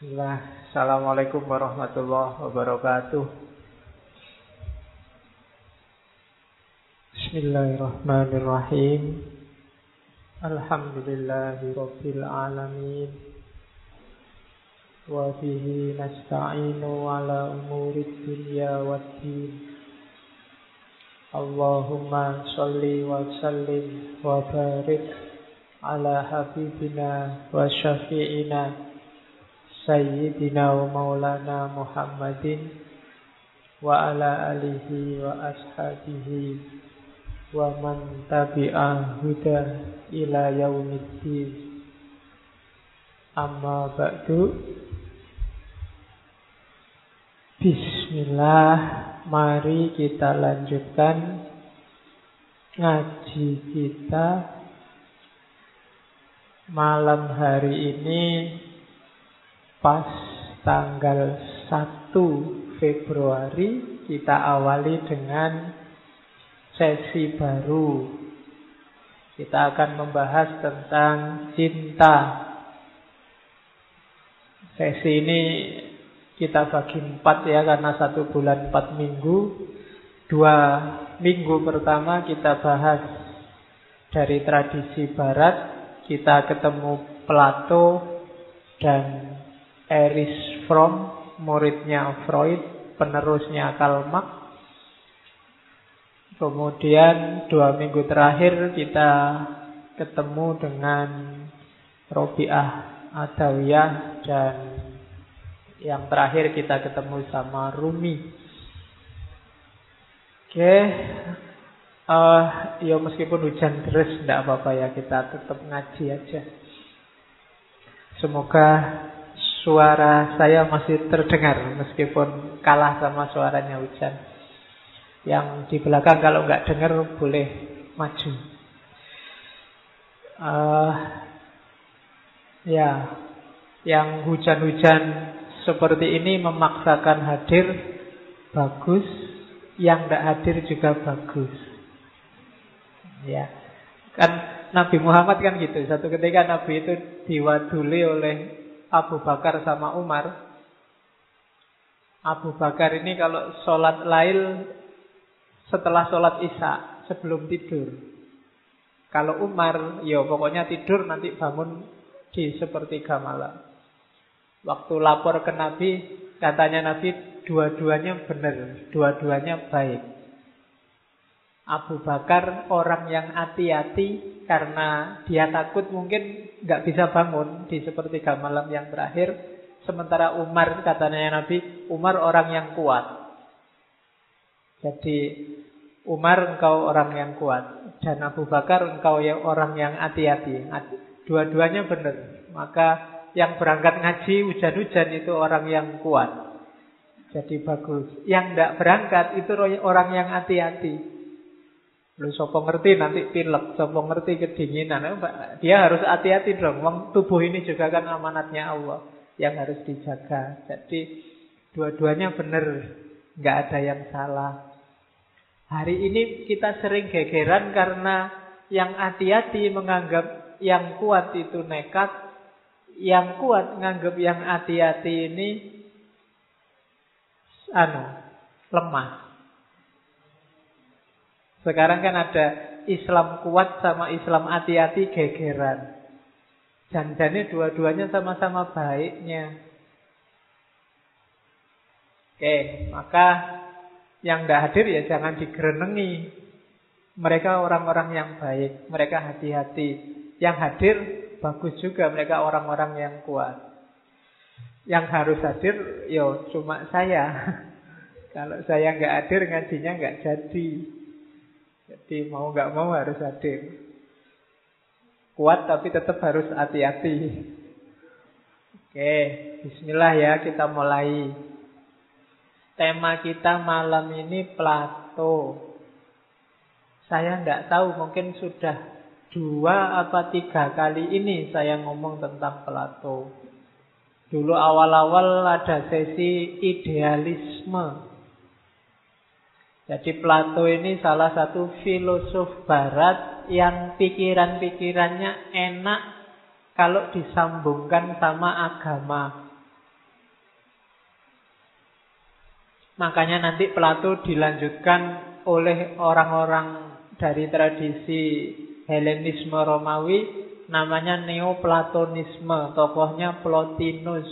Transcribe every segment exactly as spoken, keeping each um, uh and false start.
Bismillah. Assalamualaikum warahmatullahi wabarakatuh. Bismillahirrahmanirrahim. Alhamdulillahi rabbil alamin. Wa bihi nasta'inu ala umurid dunya waddin. Allahumma sholli wa sallim wa barik ala habibina wa syafi'ina Sayyidina wa maulana Muhammadin wa ala alihi wa ashabihi wa man tabi'a huda ila yaumiddin. Amma ba'du. Bismillah, mari kita lanjutkan ngaji kita malam hari ini. Pas tanggal satu Februari kita awali dengan sesi baru. Kita akan membahas tentang cinta. Sesi ini kita bagi empat ya, karena satu bulan empat minggu. Dua minggu pertama kita bahas dari tradisi barat. Kita ketemu Plato dan Erich Fromm, muridnya Freud, penerusnya Karl Marx. Kemudian dua minggu terakhir kita ketemu dengan Robiah Adawiyah, dan yang terakhir kita ketemu sama Rumi. Oke, uh, ya meskipun hujan deras tidak apa-apa ya, kita tetap ngaji aja. Semoga suara saya masih terdengar meskipun kalah sama suaranya hujan. Yang di belakang kalau nggak dengar boleh maju. Uh, ya, yang hujan-hujan seperti ini memaksakan hadir bagus, yang nggak hadir juga bagus. Ya, kan Nabi Muhammad kan gitu. Satu ketika Nabi itu diwaduli oleh Abu Bakar sama Umar. Abu Bakar ini kalau sholat lail setelah sholat isya, sebelum tidur. Kalau Umar, ya pokoknya tidur nanti bangun di sepertiga malam. Waktu lapor ke Nabi, katanya Nabi dua-duanya benar, dua-duanya baik. Abu Bakar orang yang hati-hati karena dia takut mungkin nggak bisa bangun di sepertiga malam yang terakhir. Sementara Umar, katanya Nabi, Umar orang yang kuat. Jadi Umar engkau orang yang kuat, dan Abu Bakar engkau yang orang yang hati-hati. Dua-duanya benar. Maka yang berangkat ngaji hujan-hujan itu orang yang kuat, jadi bagus. Yang tidak berangkat itu orang yang hati-hati. Lu sopo ngerti nanti pilek, sopo ngerti kedinginan. Dia harus hati-hati dong. Tubuh ini juga kan amanatnya Allah yang harus dijaga. Jadi dua-duanya benar, nggak ada yang salah. Hari ini kita sering gegeran karena yang hati-hati menganggap yang kuat itu nekat, yang kuat menganggap yang hati-hati ini anu lemah. Sekarang kan ada Islam kuat sama Islam hati-hati gegeran. Janjane dua-duanya sama-sama baiknya. Oke, maka yang tidak hadir ya jangan digerenengi. Mereka orang-orang yang baik, mereka hati-hati. Yang hadir bagus juga, mereka orang-orang yang kuat. Yang harus hadir yo cuma saya. Kalau saya nggak hadir ngajinya nggak jadi. Jadi mau nggak mau harus hadir. Kuat tapi tetap harus hati-hati. Oke, bismillah ya, kita mulai. Tema kita malam ini Plato. Saya nggak tahu, mungkin sudah dua apa tiga kali ini saya ngomong tentang Plato. Dulu awal-awal ada sesi idealisme. Jadi Plato ini salah satu filosof barat yang pikiran-pikirannya enak kalau disambungkan sama agama. Makanya nanti Plato dilanjutkan oleh orang-orang dari tradisi Helenisme Romawi, namanya Neoplatonisme, tokohnya Plotinus.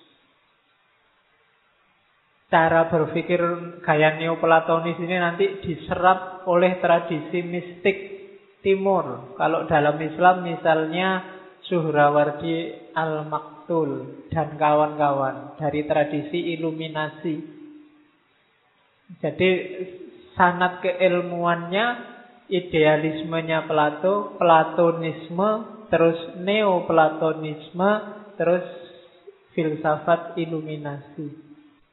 Cara berpikir gaya Neoplatonis ini nanti diserap oleh tradisi mistik Timur. Kalau dalam Islam misalnya Suhrawardi Al-Maktul dan kawan-kawan dari tradisi Iluminasi. Jadi sanad keilmuannya, idealismenya Plato, Platonisme, terus Neoplatonisme, terus filsafat Iluminasi.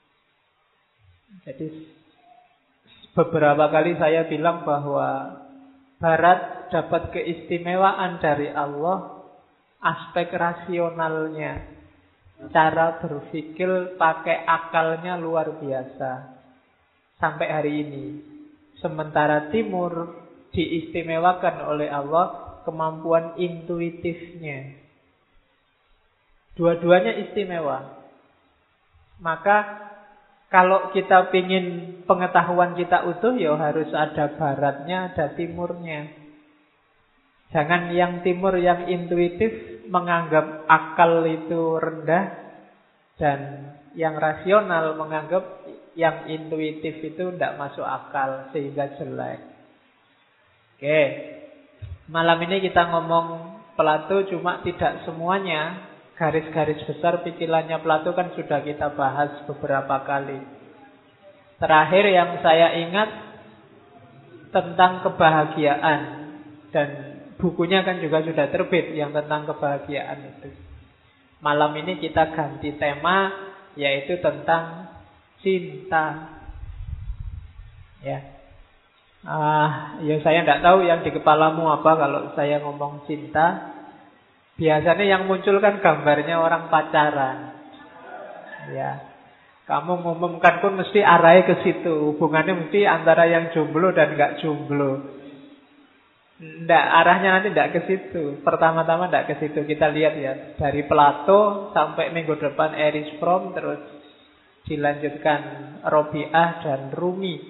Jadi beberapa kali saya bilang bahwa Barat dapat keistimewaan dari Allah, aspek rasionalnya, cara berpikir pakai akalnya luar biasa sampai hari ini. Sementara Timur diistimewakan oleh Allah kemampuan intuitifnya. Dua-duanya istimewa. Maka kalau kita ingin pengetahuan kita utuh, ya harus ada baratnya, ada timurnya. Jangan yang timur yang intuitif menganggap akal itu rendah, dan yang rasional menganggap yang intuitif itu tidak masuk akal sehingga jelek. Oke, malam ini kita ngomong Plato, cuma tidak semuanya. Garis-garis besar pikirannya Plato kan sudah kita bahas beberapa kali. Terakhir yang saya ingat tentang kebahagiaan, dan bukunya kan juga sudah terbit yang tentang kebahagiaan itu. Malam ini kita ganti tema, yaitu tentang cinta. Ya, ah, ya saya tidak tahu yang di kepalamu apa kalau saya ngomong cinta. Biasanya yang muncul kan gambarnya orang pacaran. Ya. Kamu ngumumkan pun mesti arahnya ke situ. Hubungannya mesti antara yang jomblo dan enggak jomblo. Nggak, arahnya nanti enggak ke situ. Pertama-tama enggak ke situ. Kita lihat ya, dari Plato sampai minggu depan Erich Fromm, terus dilanjutkan Robiah dan Rumi.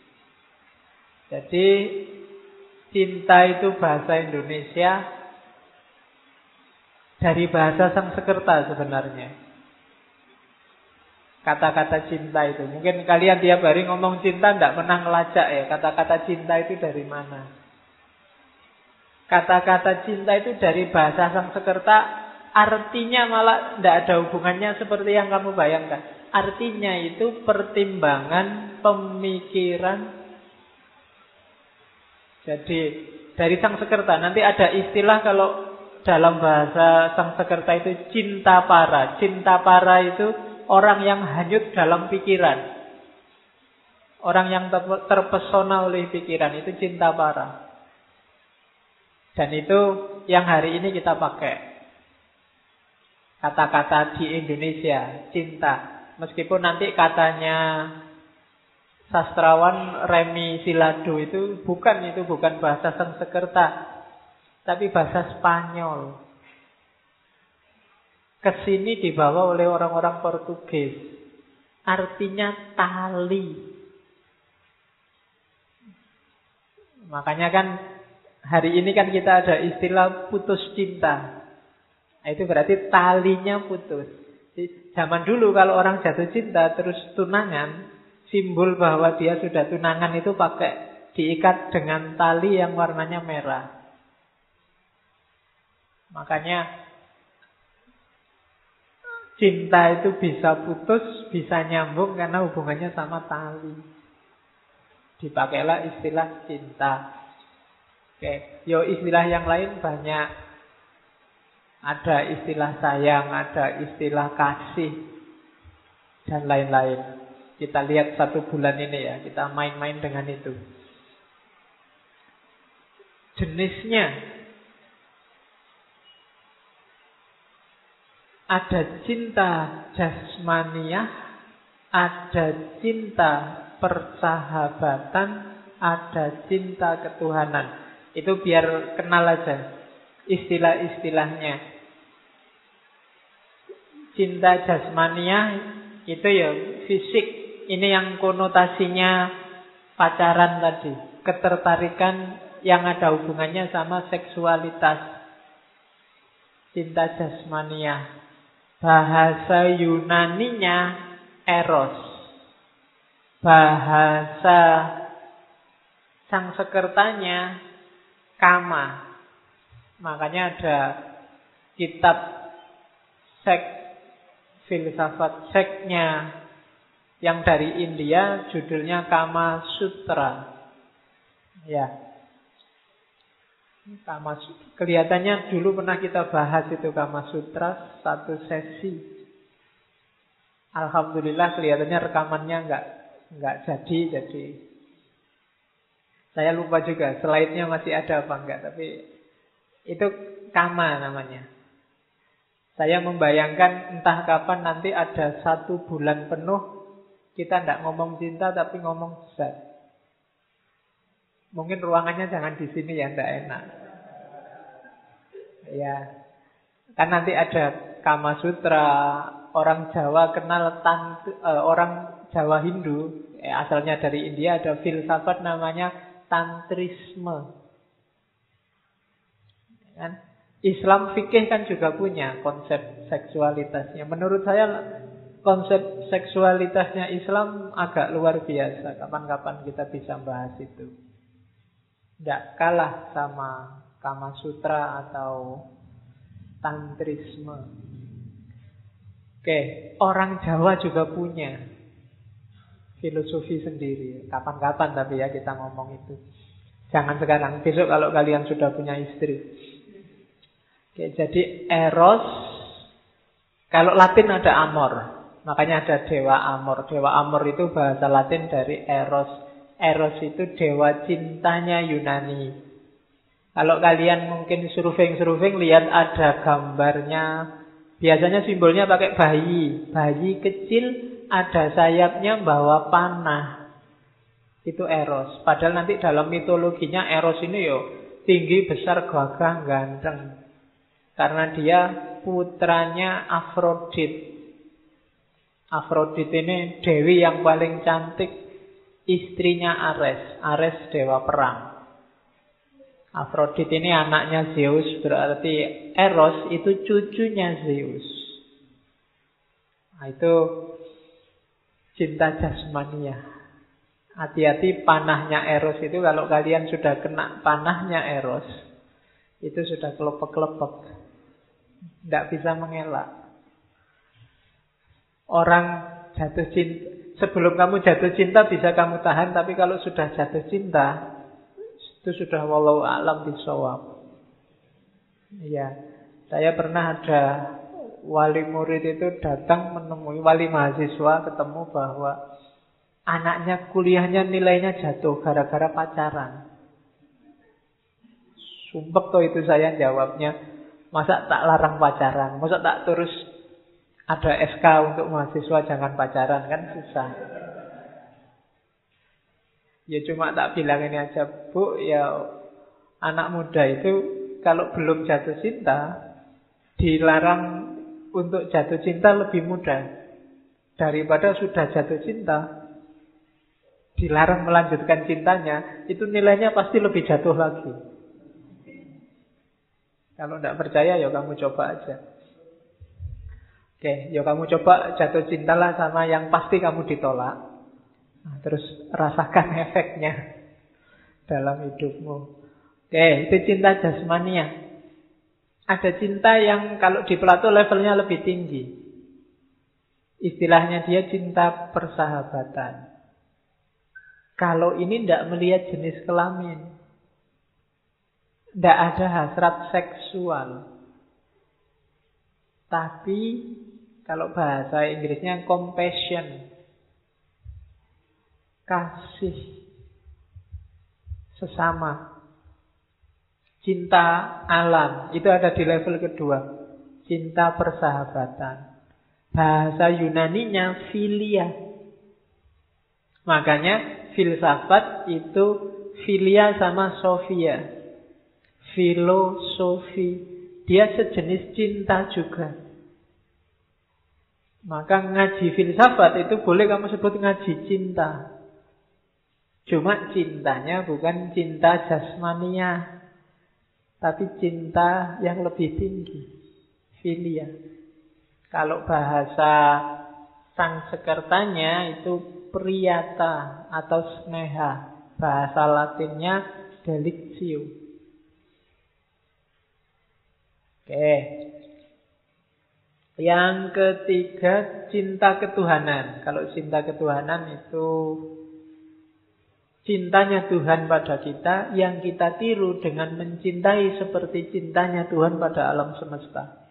Jadi cinta itu bahasa Indonesia dari bahasa Sanskerta sebenarnya. Kata-kata cinta itu. Mungkin kalian tiap hari ngomong cinta tidak pernah ngelacak ya. Kata-kata cinta itu dari mana? Kata-kata cinta itu dari bahasa Sanskerta. Artinya malah tidak ada hubungannya seperti yang kamu bayangkan. Artinya itu pertimbangan, pemikiran. Jadi dari Sanskerta. Nanti ada istilah kalau dalam bahasa Sanskerta itu cinta para. Cinta para itu orang yang hanyut dalam pikiran. Orang yang terpesona oleh pikiran, itu cinta para. Dan itu yang hari ini kita pakai. Kata-kata di Indonesia, cinta. Meskipun nanti katanya sastrawan Remi Silado itu bukan, itu bukan bahasa Sanskerta, tapi bahasa Spanyol. Kesini dibawa oleh orang-orang Portugis. Artinya tali. Makanya kan hari ini kan kita ada istilah putus cinta. Itu berarti talinya putus. Di zaman dulu kalau orang jatuh cinta terus tunangan, simbol bahwa dia sudah tunangan itu pakai diikat dengan tali yang warnanya merah. Makanya cinta itu bisa putus, bisa nyambung karena hubungannya sama tali. Dipakailah istilah cinta. Oke, yo istilah yang lain banyak. Ada istilah sayang, ada istilah kasih, dan lain-lain. Kita lihat satu bulan ini ya, kita main-main dengan itu. Jenisnya ada cinta jasmaniah, ada cinta persahabatan, ada cinta ketuhanan. Itu biar kenal aja istilah-istilahnya. Cinta jasmaniah itu ya fisik, Ini yang konotasinya pacaran tadi. Ketertarikan yang ada hubungannya sama seksualitas. Cinta jasmania. Bahasa Yunaninya eros. Bahasa Sangsekertanya kama. Makanya ada kitab seks, filsafat seksnya yang dari India, judulnya Kama Sutra. Ya, Kama Sutra. Kelihatannya dulu pernah kita bahas itu Kama Sutra satu sesi. Alhamdulillah kelihatannya rekamannya nggak nggak jadi, jadi saya lupa juga slide-nya masih ada apa enggak. Tapi itu Kama namanya. Saya membayangkan entah kapan nanti ada satu bulan penuh kita tidak ngomong cinta tapi ngomong zat. Mungkin ruangannya jangan di sini ya, tidak enak. Ya, kan nanti ada Kama Sutra. Orang Jawa kenal tant, uh, orang Jawa Hindu, eh, asalnya dari India, ada filsafat namanya tantrisme. Kan? Islam fikih kan juga punya konsep seksualitasnya. Menurut saya konsep seksualitasnya Islam agak luar biasa. Kapan-kapan kita bisa bahas itu. Tidak kalah sama Kama Sutra atau tantrisme. Oke, orang Jawa juga punya filosofi sendiri. Kapan-kapan tapi ya kita ngomong itu. Jangan sekarang, besok kalau kalian sudah punya istri. Oke, jadi eros, kalau Latin ada amor. Makanya ada dewa amor. Dewa amor itu bahasa Latin dari eros. Eros itu dewa cintanya Yunani. Kalau kalian mungkin surfing-surfing lihat ada gambarnya. Biasanya simbolnya pakai bayi. Bayi kecil ada sayapnya bawa panah. Itu eros. Padahal nanti dalam mitologinya eros ini yo tinggi, besar, gagah, ganteng. Karena dia putranya Afrodit. Afrodit ini dewi yang paling cantik. Istrinya Ares. Ares dewa perang. Afrodit ini anaknya Zeus, berarti Eros itu cucunya Zeus. Nah, itu cinta jasmania. Hati-hati panahnya Eros itu, kalau kalian sudah kena panahnya Eros, itu sudah kelepek-kelepek. Tidak bisa mengelak. Orang jatuh cinta, sebelum kamu jatuh cinta bisa kamu tahan, tapi kalau sudah jatuh cinta, itu sudah wallahu a'lam bishawab. Iya, saya pernah ada wali murid itu datang menemui wali mahasiswa, ketemu bahwa anaknya kuliahnya nilainya jatuh gara-gara pacaran. Sumpek toh itu saya jawabnya. Masa tak larang pacaran? Masa tak terus ada S K untuk mahasiswa jangan pacaran? Kan susah. Ya cuma tak bilang ini aja, Bu, ya anak muda itu kalau belum jatuh cinta, dilarang untuk jatuh cinta lebih mudah. Daripada sudah jatuh cinta, dilarang melanjutkan cintanya, itu nilainya pasti lebih jatuh lagi. Kalau tidak percaya, ya kamu coba aja. Oke, ya kamu coba jatuh cintalah sama yang pasti kamu ditolak. Nah, terus rasakan efeknya dalam hidupmu. Oke, itu cinta jasmania. Ada cinta yang kalau di Plato levelnya lebih tinggi. Istilahnya dia cinta persahabatan. Kalau ini tidak melihat jenis kelamin, tidak ada hasrat seksual. Tapi kalau bahasa Inggrisnya compassion, kasih sesama, cinta alam, itu ada di level kedua. Cinta persahabatan. Bahasa Yunaninya philia. Makanya filsafat itu philia sama sophia. Filosofi. Dia sejenis cinta juga. Maka ngaji filsafat itu boleh kamu sebut ngaji cinta. Cuma cintanya bukan cinta jasmania, tapi cinta yang lebih tinggi, filia. Kalau bahasa Sanskertanya itu priyata atau sneha. Bahasa Latinnya delictio. Oke. Yang ketiga, cinta ketuhanan. Kalau cinta ketuhanan itu cintanya Tuhan pada kita yang kita tiru dengan mencintai seperti cintanya Tuhan pada alam semesta.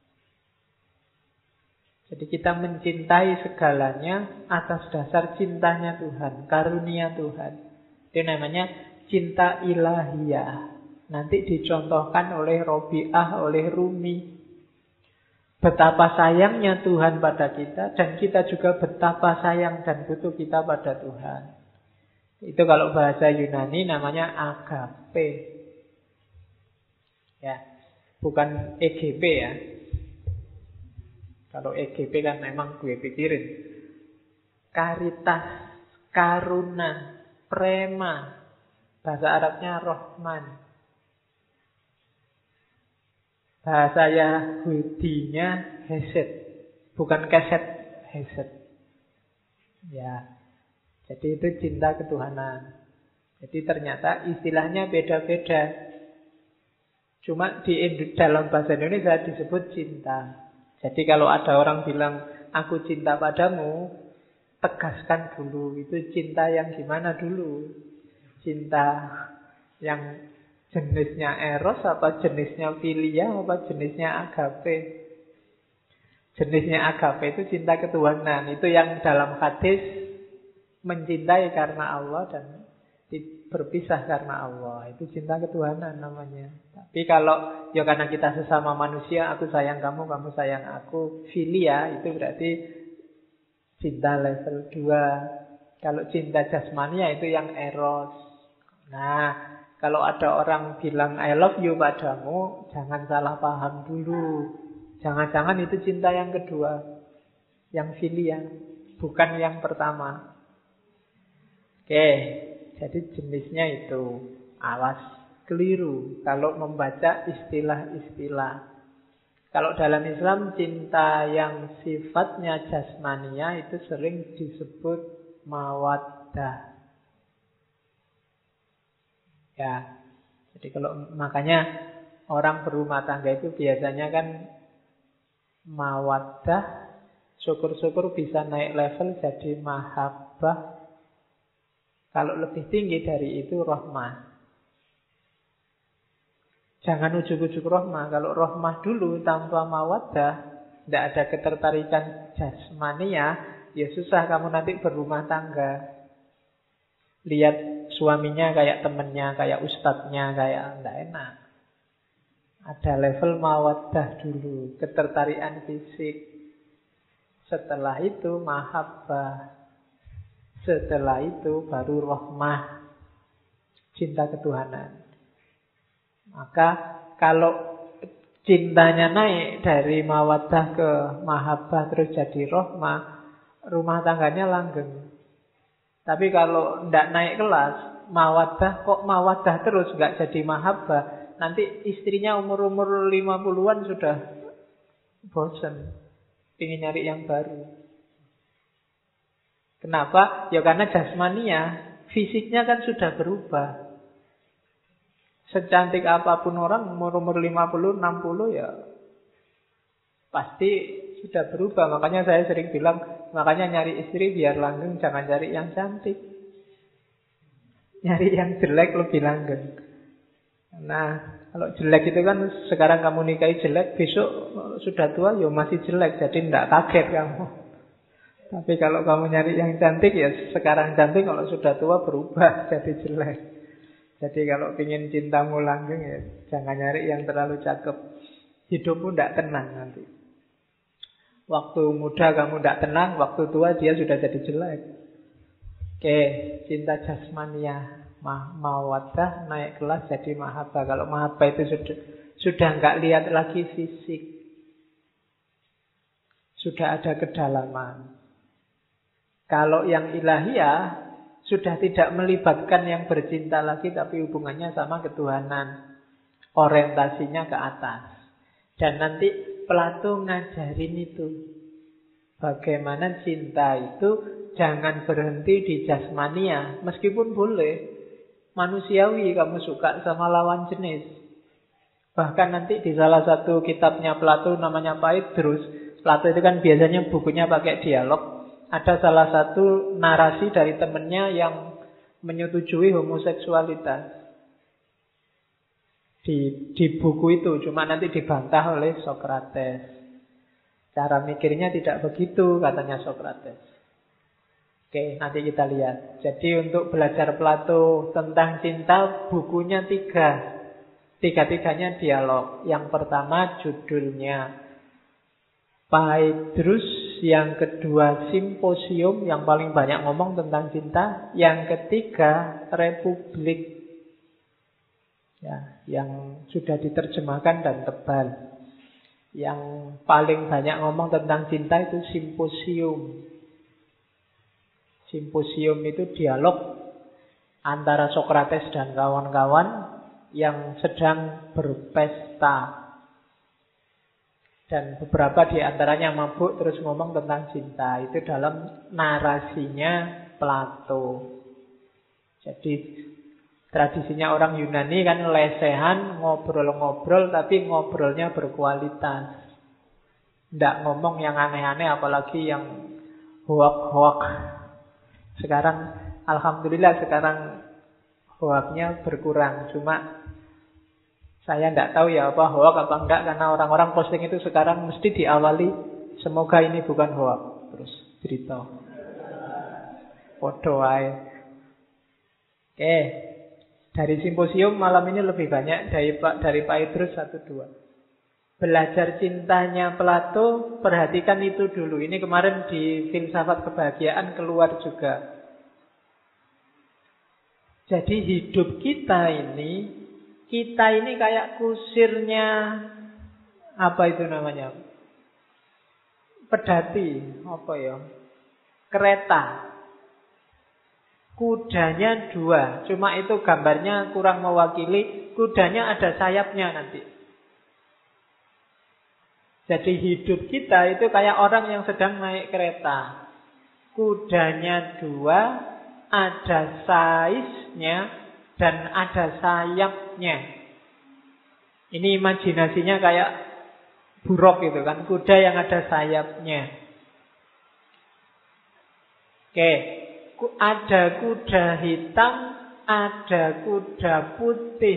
Jadi kita mencintai segalanya atas dasar cintanya Tuhan, karunia Tuhan. Itu namanya cinta ilahiyah. Nanti dicontohkan oleh Robi'ah, oleh Rumi. Betapa sayangnya Tuhan pada kita, dan kita juga betapa sayang dan butuh kita pada Tuhan. Itu kalau bahasa Yunani namanya agape. Ya, bukan E G P ya. Kalau E G P kan memang gue pikirin. Karitas, karuna, prema. Bahasa Arabnya Rahman. Bahasa Yahudinya Hesed. Bukan keset, Hesed. Ya. Jadi itu cinta ketuhanan. Jadi ternyata istilahnya beda-beda. Cuma di dalam bahasa Indonesia disebut cinta. Jadi kalau ada orang bilang aku cinta padamu, tegaskan dulu itu cinta yang gimana dulu. Cinta yang jenisnya eros, apa jenisnya filia, apa jenisnya agape. Jenisnya agape itu cinta ketuhanan. Itu yang dalam hadis mencintai karena Allah dan berpisah karena Allah. Itu cinta ketuhanan namanya. Tapi kalau ya karena kita sesama manusia, aku sayang kamu, kamu sayang aku, filia, itu berarti cinta level dua. Kalau cinta jasmania itu yang eros. Nah, kalau ada orang bilang I love you padamu, jangan salah paham dulu. Jangan-jangan itu cinta yang kedua, yang filia, bukan yang pertama. Oke, jadi jenisnya itu. Awas, keliru kalau membaca istilah-istilah. Kalau dalam Islam, cinta yang sifatnya jasmania itu sering disebut mawaddah. Ya, jadi kalau makanya orang berumah tangga itu biasanya kan mawaddah, syukur-syukur bisa naik level jadi mahabbah. Kalau lebih tinggi dari itu rahmah. Jangan ujuk-ujuk rahmah. Kalau rahmah dulu tanpa mawaddah, tidak ada ketertarikan jasmania, ya susah kamu nanti berumah tangga. Lihat suaminya kayak temennya, kayak ustadznya, kayak tidak enak. Ada level mawaddah dulu, ketertarikan fisik. Setelah itu mahabbah. Setelah itu baru rahmah, cinta ketuhanan. Maka kalau cintanya naik dari mawaddah ke mahabbah terus jadi rahmah, rumah tangganya langgeng. Tapi kalau tidak naik kelas, mawaddah kok mawaddah terus nggak jadi mahabbah, nanti istrinya umur-umur lima puluhan sudah bosan, ingin nyari yang baru. Kenapa? Ya karena jasmania, fisiknya kan sudah berubah. Secantik apapun orang umur-umur lima puluh, enam puluh ya pasti sudah berubah. Makanya saya sering bilang, makanya nyari istri biar langgeng, jangan cari yang cantik. Nyari yang jelek lebih langgeng. Nah, kalau jelek itu kan sekarang kamu nikahi jelek, besok sudah tua ya masih jelek, jadi tidak kaget kamu. Tapi kalau kamu nyari yang cantik, ya sekarang cantik, kalau sudah tua berubah jadi jelek. Jadi kalau ingin cintamu langgeng, ya jangan nyari yang terlalu cakep. Hidupmu tidak tenang nanti. Waktu muda kamu tidak tenang, waktu tua dia sudah jadi jelek. Oke, cinta jasmania, mawaddah naik kelas jadi mahabbah. Kalau mahabbah itu sudah sudah nggak lihat lagi fisik. sudah ada kedalaman. Kalau yang ilahiyah sudah tidak melibatkan yang bercinta lagi, tapi hubungannya sama ketuhanan. Orientasinya ke atas. Dan nanti Plato ngajarin itu. Bagaimana cinta itu jangan berhenti di jasmania. Meskipun boleh manusiawi kamu suka sama lawan jenis. Bahkan nanti di salah satu kitabnya Plato namanya Phaedrus. Plato itu kan biasanya bukunya pakai dialog. Ada salah satu narasi dari temannya yang menyetujui homoseksualitas. Di, di buku itu, cuma nanti dibantah oleh Socrates. Cara mikirnya tidak begitu, katanya Socrates. Oke, nanti kita lihat. Jadi untuk belajar Plato tentang cinta, bukunya tiga. Tiga-tiganya dialog. Yang pertama judulnya Phaedrus, yang kedua Simposium, yang paling banyak ngomong tentang cinta, yang ketiga Republik, ya, yang sudah diterjemahkan dan tebal. Yang paling banyak ngomong tentang cinta itu Simposium. Simposium itu dialog antara Socrates dan kawan-kawan yang sedang berpesta. Dan beberapa di antaranya mabuk terus ngomong tentang cinta. Itu dalam narasinya Plato. Jadi tradisinya orang Yunani kan lesehan, ngobrol-ngobrol, tapi ngobrolnya berkualitas. Tidak ngomong yang aneh-aneh, apalagi yang hoak-hoak. Sekarang, alhamdulillah sekarang hoaknya berkurang. Cuma saya tidak tahu ya apa hoak apa enggak, karena orang-orang posting itu sekarang mesti diawali semoga ini bukan hoak. Terus berita. Podo ae. Oke. Dari Simposium malam ini lebih banyak dari Pak dari Phaedrus satu dua. Belajar cintanya Plato, perhatikan itu dulu. Ini kemarin di Filsafat Kebahagiaan keluar juga. Jadi hidup kita ini Kita ini kayak kusirnya, apa itu namanya? Pedati, apa ya? Kereta. Kudanya dua, cuma itu gambarnya kurang mewakili. Kudanya ada sayapnya nanti. Jadi hidup kita itu kayak orang yang sedang naik kereta. Kudanya dua, ada size-nya dan ada sayapnya. Ini imajinasinya kayak buruk gitu kan, kuda yang ada sayapnya. Oke, ada kuda hitam, ada kuda putih.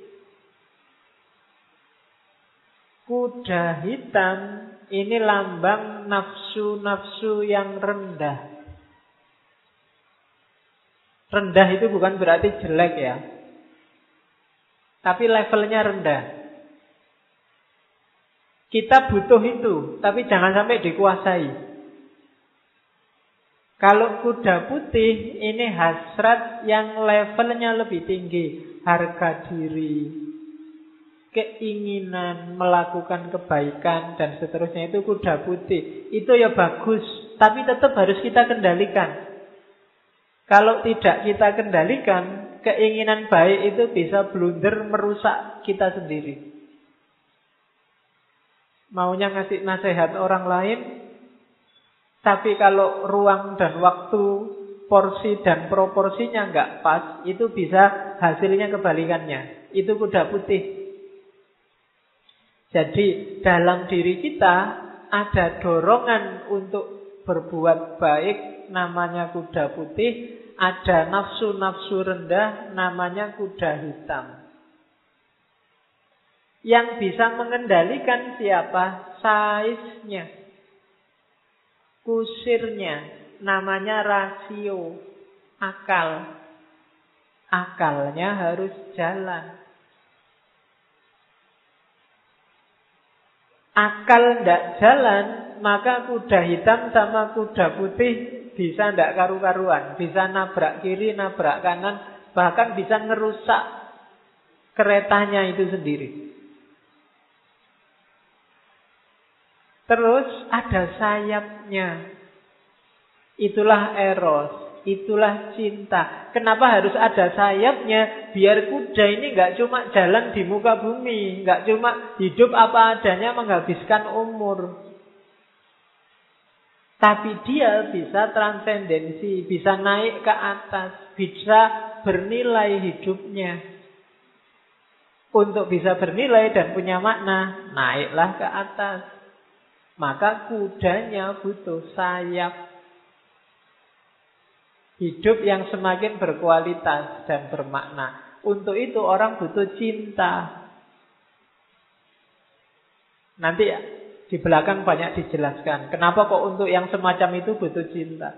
Kuda hitam ini lambang nafsu-nafsu yang rendah. Rendah itu bukan berarti jelek ya. Tapi levelnya rendah. Kita butuh itu, tapi jangan sampai dikuasai. Kalau kuda putih, ini hasrat yang levelnya lebih tinggi. Harga diri, keinginan melakukan kebaikan, dan seterusnya itu kuda putih. Itu ya bagus, tapi tetap harus kita kendalikan. Kalau tidak kita kendalikan, keinginan baik itu bisa blunder merusak kita sendiri. Maunya ngasih nasihat orang lain, tapi kalau ruang dan waktu, porsi dan proporsinya nggak pas, itu bisa hasilnya kebalikannya. Itu kuda putih. Jadi dalam diri kita ada dorongan untuk berbuat baik, namanya kuda putih. Ada nafsu-nafsu rendah, namanya kuda hitam. Yang bisa mengendalikan siapa? Size-nya, kusirnya, namanya rasio, akal. Akalnya harus jalan. Akal tidak jalan, maka kuda hitam sama kuda putih bisa tidak karu-karuan. Bisa nabrak kiri, nabrak kanan, bahkan bisa ngerusak keretanya itu sendiri. Terus ada sayapnya. Itulah eros, itulah cinta. Kenapa harus ada sayapnya? Biar kuda ini nggak cuma jalan di muka bumi, nggak cuma hidup apa adanya menghabiskan umur. Tapi dia bisa transendensi, bisa naik ke atas, bisa bernilai hidupnya. Untuk bisa bernilai dan punya makna, naiklah ke atas. Maka kudanya butuh sayap. Hidup yang semakin berkualitas dan bermakna. Untuk itu orang butuh cinta. Nanti di belakang banyak dijelaskan. Kenapa kok untuk yang semacam itu butuh cinta?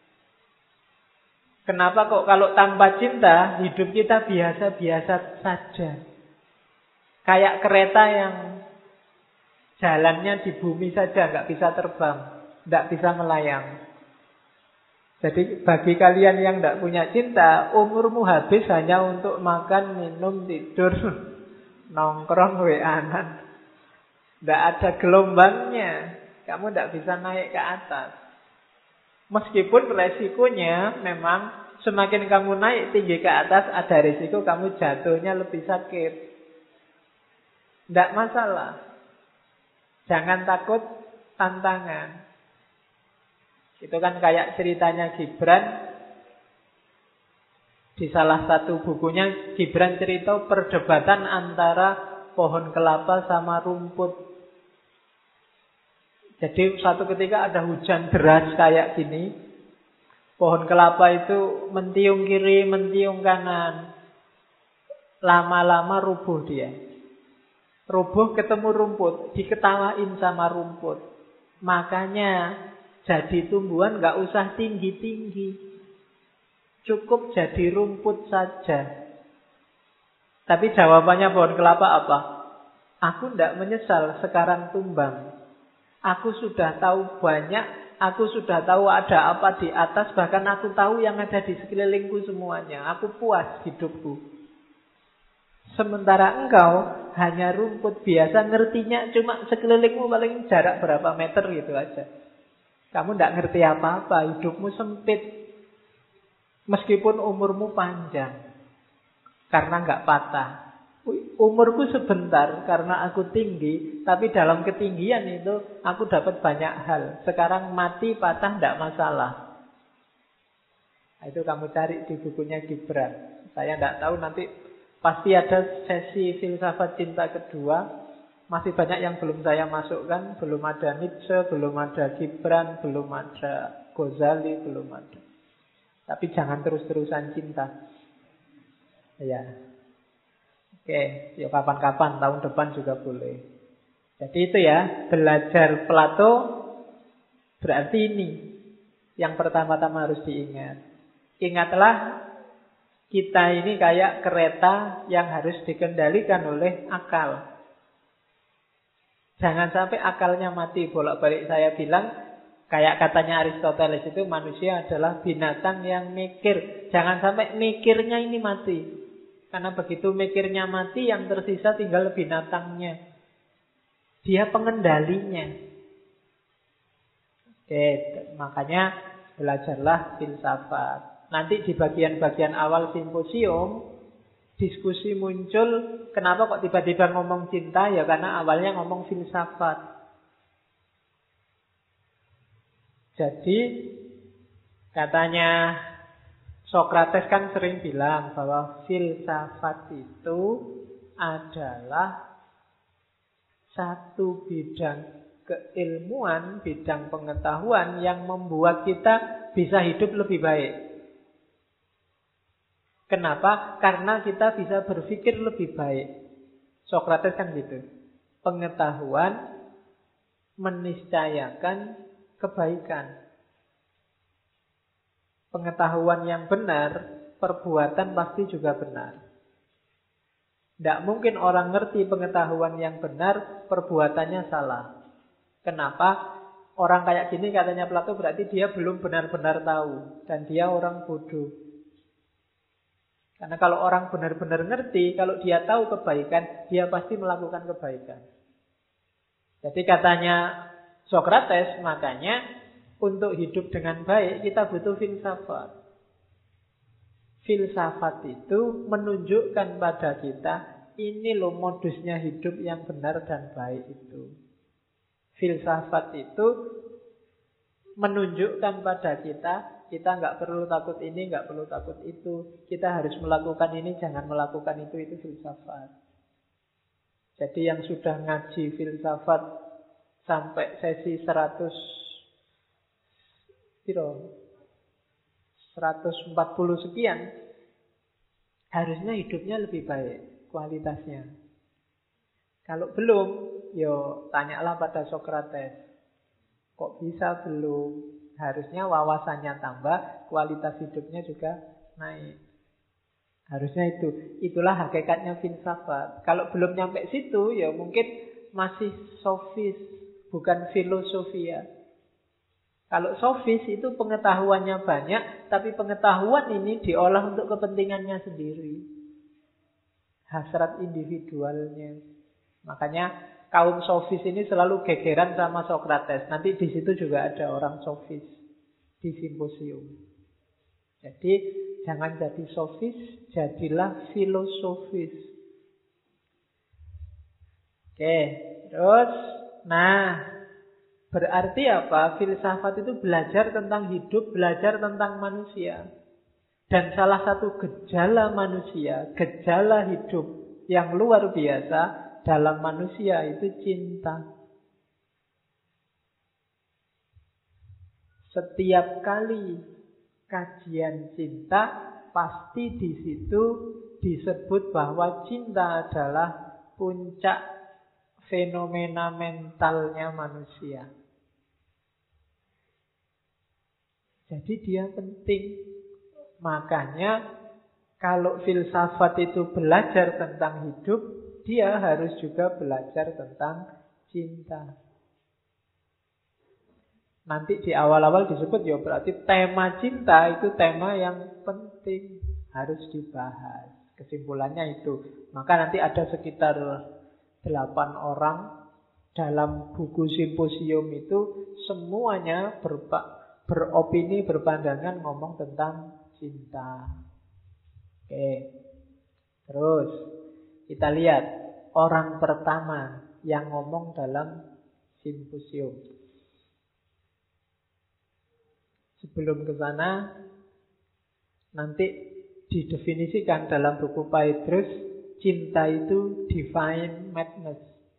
Kenapa kok kalau tanpa cinta hidup kita biasa-biasa saja? Kayak kereta yang jalannya di bumi saja, nggak bisa terbang, nggak bisa melayang. Jadi bagi kalian yang nggak punya cinta, umurmu habis hanya untuk makan, minum, tidur, nongkrong, weanan. Nggak ada gelombangnya, kamu nggak bisa naik ke atas. Meskipun resikonya memang semakin kamu naik tinggi ke atas, ada resiko kamu jatuhnya lebih sakit. Nggak masalah. Jangan takut tantangan. Itu kan kayak ceritanya Gibran. Di salah satu bukunya Gibran cerita perdebatan antara pohon kelapa sama rumput. Jadi suatu ketika ada hujan deras kayak gini. Pohon kelapa itu mentiung kiri, mentiung kanan. Lama-lama rubuh dia. Rubuh ketemu rumput, diketawain sama rumput. Makanya jadi tumbuhan gak usah tinggi-tinggi. Cukup jadi rumput saja. Tapi jawabannya pohon kelapa apa? Aku ndak menyesal sekarang tumbang. Aku sudah tahu banyak. Aku sudah tahu ada apa di atas. Bahkan aku tahu yang ada di sekelilingku semuanya. Aku puas hidupku. Sementara engkau hanya rumput biasa, ngertinya cuma sekelilingmu paling jarak berapa meter gitu aja. Kamu ndak ngerti apa-apa, hidupmu sempit. Meskipun umurmu panjang. Karena nggak patah. Umurku sebentar karena aku tinggi, tapi dalam ketinggian itu aku dapat banyak hal. Sekarang mati patah ndak masalah. Nah, itu kamu cari di bukunya Gibran. Saya ndak tahu nanti pasti ada sesi filsafat cinta kedua. Masih banyak yang belum saya masukkan. Belum ada Nietzsche, belum ada Gibran, belum ada Ghazali, belum ada. Tapi jangan terus-terusan cinta. Ya. Oke, ya kapan-kapan, tahun depan juga boleh. Jadi itu ya, belajar Plato berarti ini. Yang pertama-tama harus diingat. Ingatlah, kita ini kayak kereta yang harus dikendalikan oleh akal. Jangan sampai akalnya mati. Bolak-balik saya bilang, kayak katanya Aristoteles itu manusia adalah binatang yang mikir. Jangan sampai mikirnya ini mati. Karena begitu mikirnya mati, yang tersisa tinggal binatangnya. Dia pengendalinya. Oke, makanya belajarlah filsafat. Nanti di bagian-bagian awal simposium, diskusi muncul, kenapa kok tiba-tiba ngomong cinta? Ya karena awalnya ngomong filsafat. Jadi, katanya Sokrates kan sering bilang bahwa filsafat itu adalah satu bidang keilmuan, bidang pengetahuan yang membuat kita bisa hidup lebih baik. Kenapa? Karena kita bisa berpikir lebih baik. Sokrates kan gitu. Pengetahuan meniscayakan kebaikan. Pengetahuan yang benar, perbuatan pasti juga benar. Tidak mungkin orang ngerti pengetahuan yang benar, perbuatannya salah. Kenapa? Orang kayak gini katanya Plato berarti dia belum benar-benar tahu. Dan dia orang bodoh. Karena kalau orang benar-benar ngerti, kalau dia tahu kebaikan, dia pasti melakukan kebaikan. Jadi katanya Sokrates, makanya untuk hidup dengan baik kita butuh filsafat. Filsafat itu menunjukkan pada kita, ini loh modusnya hidup yang benar dan baik itu. Filsafat itu menunjukkan pada kita, kita nggak perlu takut ini, nggak perlu takut itu. Kita harus melakukan ini, jangan melakukan itu, itu filsafat. Jadi yang sudah ngaji filsafat sampai sesi seratus, seratus empat puluh sekian, harusnya hidupnya lebih baik kualitasnya. Kalau belum, yo tanyalah pada Sokrates. Kok bisa belum? Harusnya wawasannya tambah, kualitas hidupnya juga naik. Harusnya itu. Itulah hakikatnya filsafat. Kalau belum nyampe situ, ya mungkin masih sofis, bukan filosofia. Kalau sofis itu pengetahuannya banyak, tapi pengetahuan ini diolah untuk kepentingannya sendiri. Hasrat individualnya. Makanya kaum sofis ini selalu gegeran sama Sokrates. Nanti di situ juga ada orang sofis di simposium. Jadi jangan jadi sofis, jadilah filosofis. Oke, terus, nah, berarti apa? Filsafat itu belajar tentang hidup, belajar tentang manusia. Dan salah satu gejala manusia, gejala hidup yang luar biasa dalam manusia itu cinta. Setiap kali kajian cinta, pasti di situ disebut bahwa cinta adalah puncak fenomena mentalnya manusia. Jadi dia penting. Makanya kalau filsafat itu belajar tentang hidup, dia harus juga belajar tentang cinta. Nanti di awal-awal disebut, ya berarti tema cinta itu tema yang penting, harus dibahas. Kesimpulannya itu. Maka nanti ada sekitar delapan orang dalam buku simposium itu, semuanya berpa, beropini, berpandangan ngomong tentang cinta. Oke. Terus kita lihat orang pertama yang ngomong dalam simposium. Sebelum ke sana, nanti didefinisikan dalam buku Phaedrus, cinta itu divine madness.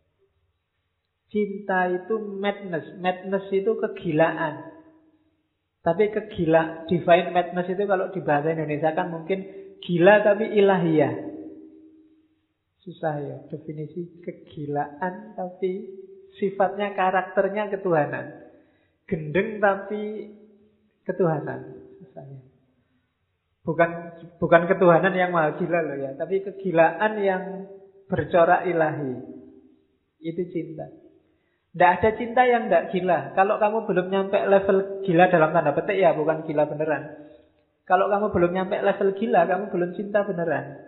Cinta itu madness. Madness itu kegilaan. Tapi kegila, divine madness itu kalau di bahasa Indonesia kan mungkin gila tapi ilahiyah. Susah ya, definisi kegilaan tapi sifatnya, karakternya ketuhanan. Gendeng tapi ketuhanan. Susahnya. Bukan bukan ketuhanan yang maha gila loh ya, tapi kegilaan yang bercorak ilahi. Itu cinta. Tidak ada cinta yang tidak gila. Kalau kamu belum nyampe level gila dalam tanda petik ya, bukan gila beneran. Kalau kamu belum nyampe level gila, kamu belum cinta beneran.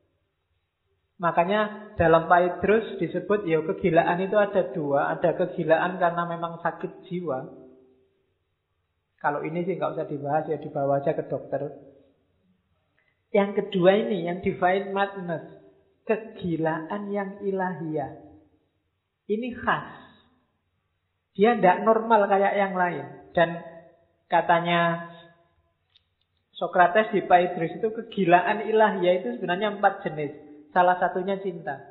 Makanya dalam Phaedrus disebut, ya kegilaan itu ada dua. Ada kegilaan karena memang sakit jiwa. Kalau ini sih nggak usah dibahas, ya dibawa aja ke dokter. Yang kedua ini, yang divine madness, kegilaan yang ilahiyah. Ini khas. Dia tidak normal kayak yang lain. Dan katanya Sokrates di Phaedrus itu, kegilaan ilahiyah itu sebenarnya empat jenis. Salah satunya cinta.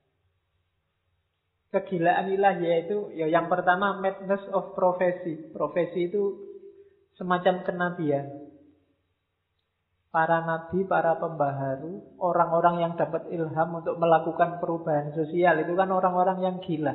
Kegilaan ilahiyah itu, ya yang pertama madness of prophecy. Profesi itu semacam kenabian. Para nabi, para pembaharu, orang-orang yang dapat ilham untuk melakukan perubahan sosial, itu kan orang-orang yang gila.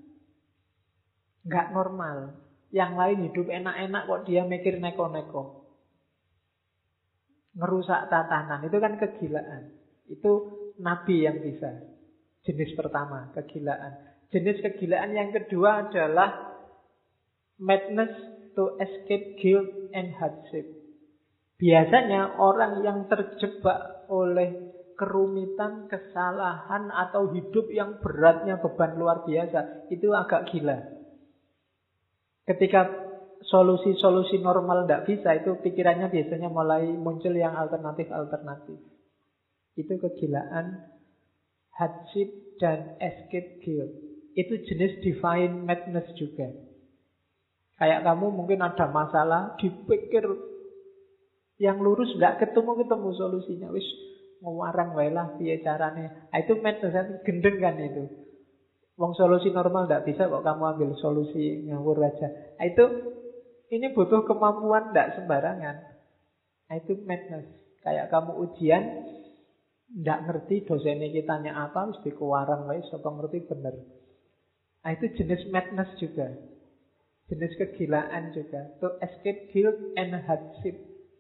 Nggak normal. Yang lain hidup enak-enak kok dia mikir neko-neko. Ngerusak tatanan, itu kan kegilaan. Itu nabi yang bisa. Jenis pertama, kegilaan. Jenis kegilaan yang kedua adalah madness to escape guilt and hardship. Biasanya orang yang terjebak oleh kerumitan, kesalahan, atau hidup yang beratnya beban luar biasa, itu agak gila. Ketika solusi-solusi normal tidak bisa, itu pikirannya biasanya mulai muncul yang alternatif-alternatif. Itu kegilaan, hardship, dan escape guilt. Itu jenis divine madness juga. Kayak kamu mungkin ada masalah, dipikir yang lurus, nggak ketemu-ketemu solusinya. Wis ngewarang wae lah piye carane. Nah, itu madness, gendeng kan itu. Wong solusi normal tidak bisa kok kamu ambil solusi ngawur aja. Nah, itu ini butuh kemampuan tidak sembarangan. Nah, itu madness. Kayak kamu ujian tidak ngerti dosennya kita tanya apa, mesti kewarang wae sapa ngerti bener. Nah, itu jenis madness juga. Jenis kegilaan juga. To escape guilt and hardship.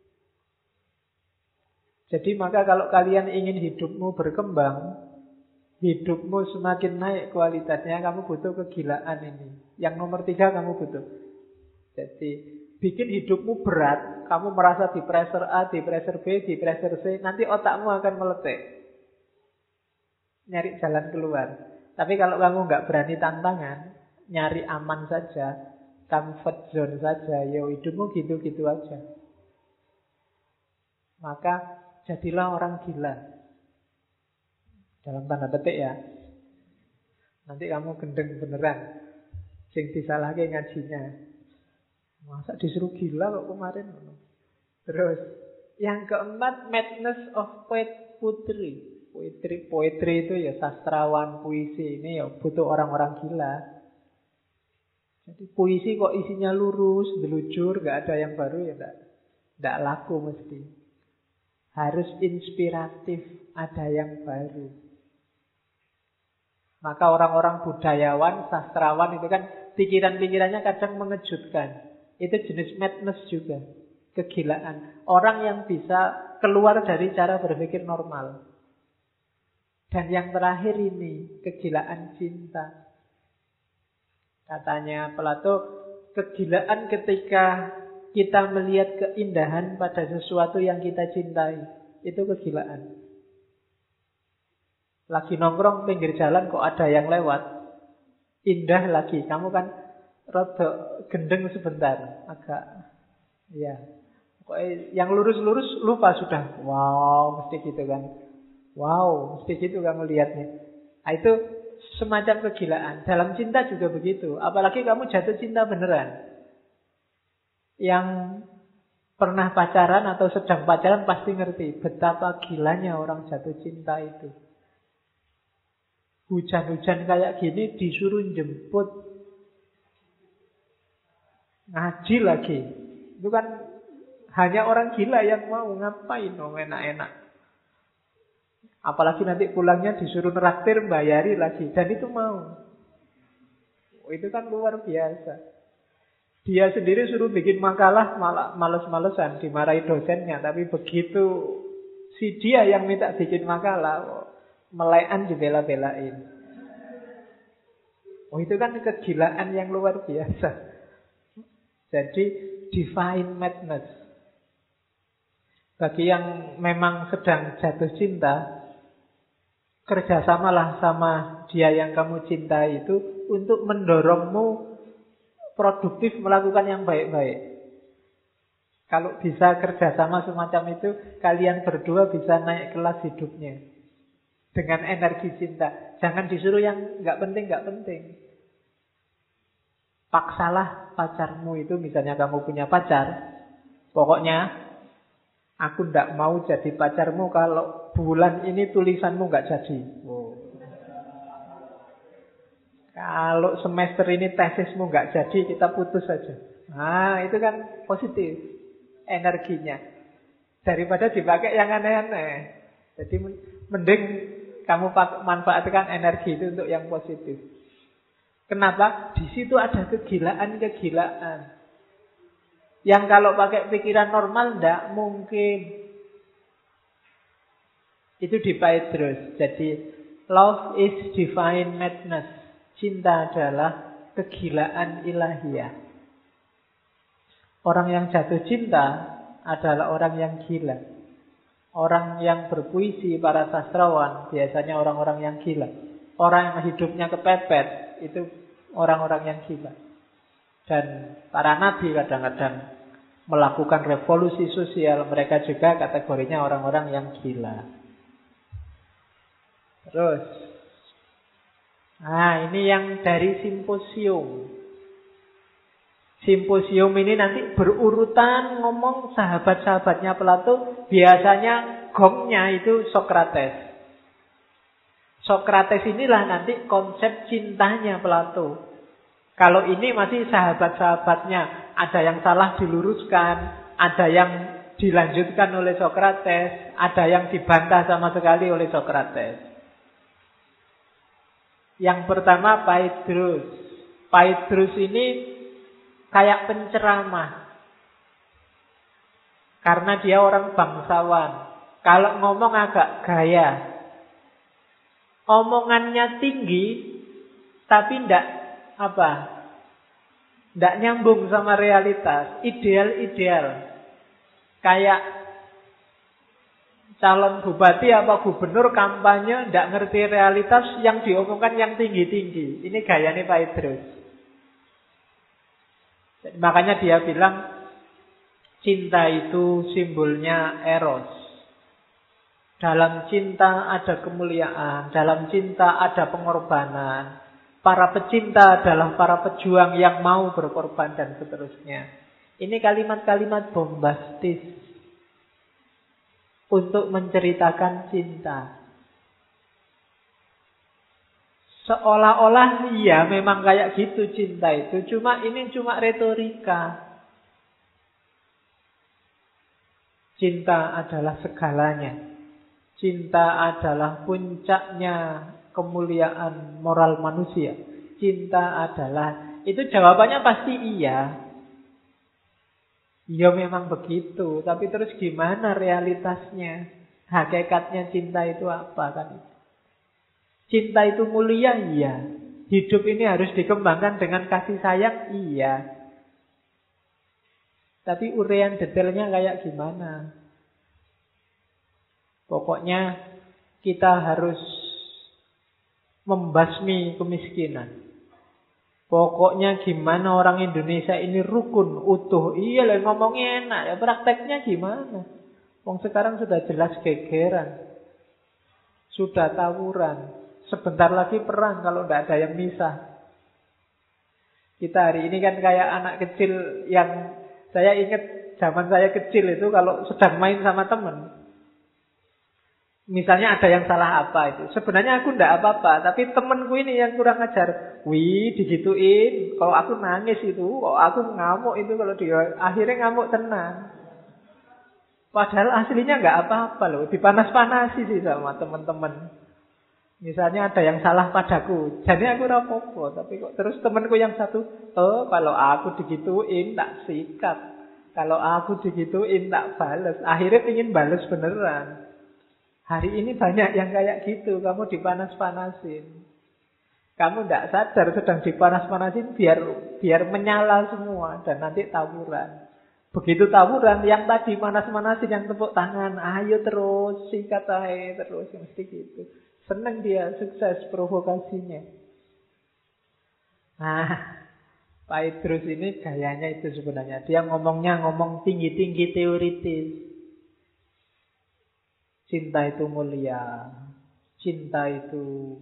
Jadi maka kalau kalian ingin hidupmu berkembang, hidupmu semakin naik kualitasnya, kamu butuh kegilaan ini. Yang nomor tiga kamu butuh. Jadi bikin hidupmu berat, kamu merasa di pressure A, di pressure B, di pressure C, nanti otakmu akan meletek. Nyari jalan keluar. Tapi kalau kamu nggak berani tantangan, nyari aman saja, comfort zone saja, ya hidupmu gitu-gitu aja. Maka jadilah orang gila. Dalam tanda petik ya. Nanti kamu gendeng beneran. Sing disalahke ngajinya. Masa disuruh gila kok kemarin. Terus yang keempat, madness of poetry. Poetry, poetry itu ya sastrawan, puisi. Ini ya butuh orang-orang gila. Jadi puisi kok isinya lurus, delujur, gak ada yang baru ya gak, gak laku mesti. Harus inspiratif, ada yang baru. Maka orang-orang budayawan, sastrawan itu kan pikiran-pikirannya kadang mengejutkan. Itu jenis madness juga, kegilaan. Orang yang bisa keluar dari cara berpikir normal. Dan yang terakhir ini, kegilaan cinta. Katanya Plato, kegilaan ketika kita melihat keindahan pada sesuatu yang kita cintai. Itu kegilaan. Lagi nongkrong pinggir jalan kok ada yang lewat. Indah lagi. Kamu kan rada gendeng sebentar. Agak, ya. Yang lurus-lurus lupa sudah. Wow, mesti gitu kan. Wow, mesti gitu kamu lihatnya. Nah, itu semacam kegilaan. Dalam cinta juga begitu. Apalagi kamu jatuh cinta beneran. Yang pernah pacaran atau sedang pacaran pasti ngerti betapa gilanya orang jatuh cinta itu. Hujan-hujan kayak gini disuruh jemput, ngaji lagi. Itu kan hanya orang gila yang mau. Ngapain dong enak-enak. Apalagi nanti pulangnya disuruh neraktir, bayari lagi. Dan itu mau. Oh, itu kan luar biasa. Dia sendiri suruh bikin makalah, malah males-malesan, dimarahi dosennya. Tapi begitu si dia yang minta bikin makalah, oh, melekan dibela-belain. Oh, itu kan kegilaan yang luar biasa. Jadi divine madness. Bagi yang memang sedang jatuh cinta, kerjasamalah sama dia yang kamu cintai itu untuk mendorongmu produktif melakukan yang baik-baik. Kalau bisa kerjasama semacam itu, kalian berdua bisa naik kelas hidupnya dengan energi cinta. Jangan disuruh yang nggak penting, nggak penting. Paksalah pacarmu itu, misalnya kamu punya pacar, pokoknya aku nggak mau jadi pacarmu kalau bulan ini tulisanmu nggak jadi. Oh. Kalau semester ini tesismu nggak jadi, kita putus saja. Nah, itu kan positif energinya. Daripada dipakai yang aneh-aneh. Jadi mending kamu manfaatkan energi itu untuk yang positif. Kenapa? Di situ ada kegilaan-kegilaan. Yang kalau pakai pikiran normal ndak mungkin. Itu di Petrus. Jadi love is divine madness. Cinta adalah kegilaan ilahiyah. Orang yang jatuh cinta adalah orang yang gila. Orang yang berpuisi, para sastrawan, biasanya orang-orang yang gila. Orang yang hidupnya kepepet, itu orang-orang yang gila. Dan para nabi kadang-kadang melakukan revolusi sosial, mereka juga kategorinya orang-orang yang gila. Terus, nah ini yang dari simposium. Simposium ini nanti berurutan ngomong sahabat-sahabatnya Plato. Biasanya gongnya itu Sokrates. Sokrates inilah nanti konsep cintanya Plato. Kalau ini masih sahabat-sahabatnya, ada yang salah diluruskan, ada yang dilanjutkan oleh Sokrates, ada yang dibantah sama sekali oleh Sokrates. Yang pertama Phaedrus. Phaedrus ini kayak penceramah. Karena dia orang bangsawan. Kalau ngomong agak gaya. Omongannya tinggi, tapi ndak apa? Ndak nyambung sama realitas. Ideal-ideal. Kayak calon bupati apa gubernur kampanye ndak ngerti realitas, yang diomongkan yang tinggi-tinggi. Ini gayanya Phaedrus. Makanya dia bilang cinta itu simbolnya eros. Dalam cinta ada kemuliaan, dalam cinta ada pengorbanan. Para pecinta adalah para pejuang yang mau berkorban dan seterusnya. Ini kalimat-kalimat bombastis untuk menceritakan cinta. Seolah-olah iya memang kayak gitu cinta itu, cuma ini cuma retorika. Cinta adalah segalanya. Cinta adalah puncaknya kemuliaan moral manusia. Cinta adalah, itu jawabannya pasti iya. Ya memang begitu, tapi terus gimana realitasnya? Hakikatnya cinta itu apa kan? Cinta itu mulia, iya. Hidup ini harus dikembangkan dengan kasih sayang, iya. Tapi uraian detailnya kayak gimana? Pokoknya kita harus membasmi kemiskinan. Pokoknya gimana orang Indonesia ini rukun, utuh. Iya lah ngomongnya enak, ya prakteknya gimana? Wong sekarang sudah jelas gegeran. Sudah tawuran. Sebentar lagi perang kalau tidak ada yang misah. Kita hari ini kan kayak anak kecil yang saya ingat zaman saya kecil itu kalau sedang main sama teman. Misalnya ada yang salah apa itu. Sebenarnya aku ndak apa-apa, tapi temanku ini yang kurang ajar. Wih, digituin. Kalau aku nangis itu, kalau aku ngamuk itu, kalau dia akhirnya ngamuk tenang. Padahal aslinya nggak apa-apa loh. Dipanas-panasi sih sama teman-teman. Misalnya ada yang salah padaku, jadi aku rapopo. Tapi kok terus temanku yang satu, oh kalau aku digituin tak sikat. Kalau aku digituin tak balas. Akhirnya ingin balas beneran. Hari ini banyak yang kayak gitu. Kamu dipanas-panasin. Kamu tidak sadar sedang dipanas-panasin biar biar menyala semua. Dan nanti tawuran. Begitu tawuran, yang tadi panas-panasin, yang tepuk tangan, ayo terus, sikat aja terus. Mesti gitu. Senang dia, sukses provokasinya. Nah, Phaedrus ini gayanya itu sebenarnya. Dia ngomongnya ngomong tinggi-tinggi teoritis. Cinta itu mulia. Cinta itu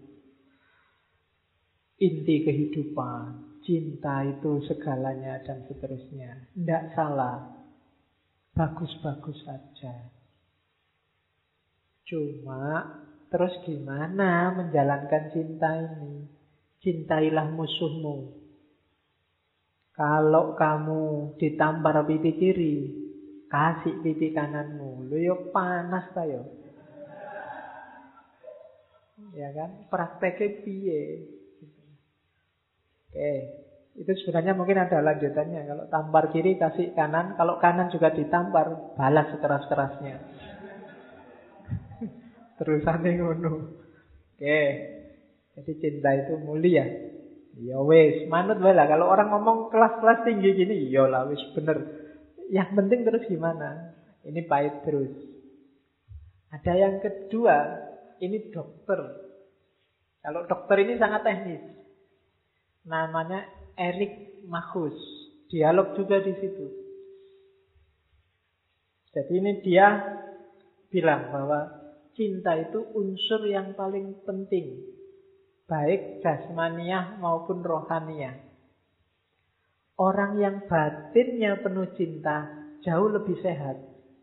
inti kehidupan. Cinta itu segalanya dan seterusnya. Tidak salah. Bagus-bagus saja. Cuma terus gimana menjalankan cinta ini? Cintailah musuhmu. Kalau kamu ditampar pipi kiri, kasih pipi kananmu. Lu yo panas ta yo. Ya kan? Prakteknya piye? Oke. Itu sebenarnya mungkin ada lanjutannya. Kalau tampar kiri kasih kanan, kalau kanan juga ditampar, balas sekeras-kerasnya. Terusannya ngono. Oke. Jadi cinta itu mulia. Ya wis, manut wae lah. Kalau orang ngomong kelas-kelas tinggi gini, ya lah wis bener. Yang penting terus gimana? Ini Phaedrus. Ada yang kedua, ini dokter. Kalau dokter ini sangat teknis. Namanya Erik Makhus. Dialog juga di situ. Jadi ini dia bilang bahwa cinta itu unsur yang paling penting, baik jasmaniah maupun rohaniah. Orang yang batinnya penuh cinta jauh lebih sehat,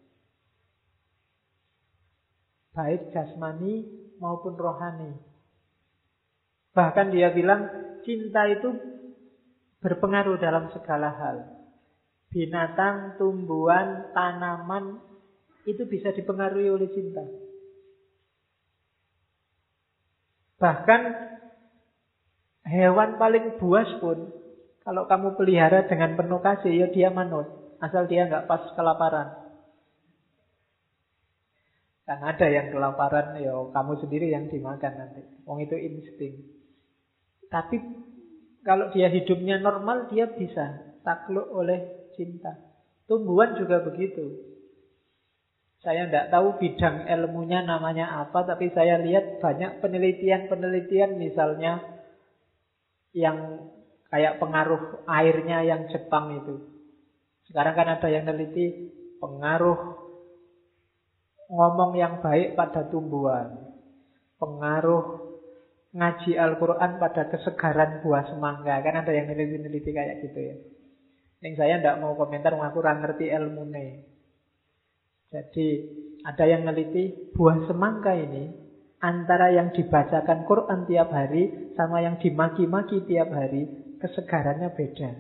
baik jasmani maupun rohani. Bahkan dia bilang cinta itu berpengaruh dalam segala hal. Binatang, tumbuhan, tanaman itu bisa dipengaruhi oleh cinta. Bahkan hewan paling buas pun, kalau kamu pelihara dengan penuh kasih, ya dia manut, asal dia nggak pas kelaparan. Kan ada yang kelaparan, ya kamu sendiri yang dimakan nanti. Wong itu insting. Tapi kalau dia hidupnya normal, dia bisa takluk oleh cinta. Tumbuhan juga begitu. Saya tidak tahu bidang ilmunya namanya apa, tapi saya lihat banyak penelitian-penelitian misalnya yang kayak pengaruh airnya yang Jepang itu. Sekarang kan ada yang neliti pengaruh ngomong yang baik pada tumbuhan, pengaruh ngaji Al-Quran pada kesegaran buah semangka. Kan ada yang neliti-neliti kayak gitu ya. Yang saya tidak mau komentar, aku kurang ngerti ilmunya. Jadi ada yang neliti buah semangka ini antara yang dibacakan Quran tiap hari sama yang dimaki-maki tiap hari, kesegarannya beda.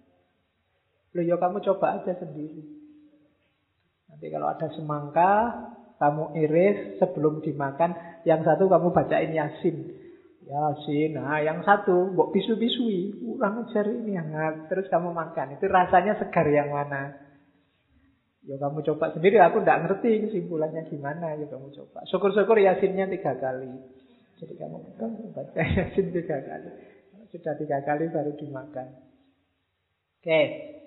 Loh ya kamu coba aja sendiri. Nanti kalau ada semangka, kamu iris sebelum dimakan, yang satu kamu bacain Yasin. Yasin, nah yang satu mbok bisu-bisui, kurang ajar ini hangat, terus kamu makan. Itu rasanya segar yang mana? Ya kamu coba sendiri, aku tidak ngerti kesimpulannya gimana, ya kamu coba. Syukur-syukur Yasinnya tiga kali. Jadi kamu, kamu baca Yasin tiga kali. Sudah tiga kali baru dimakan. Oke.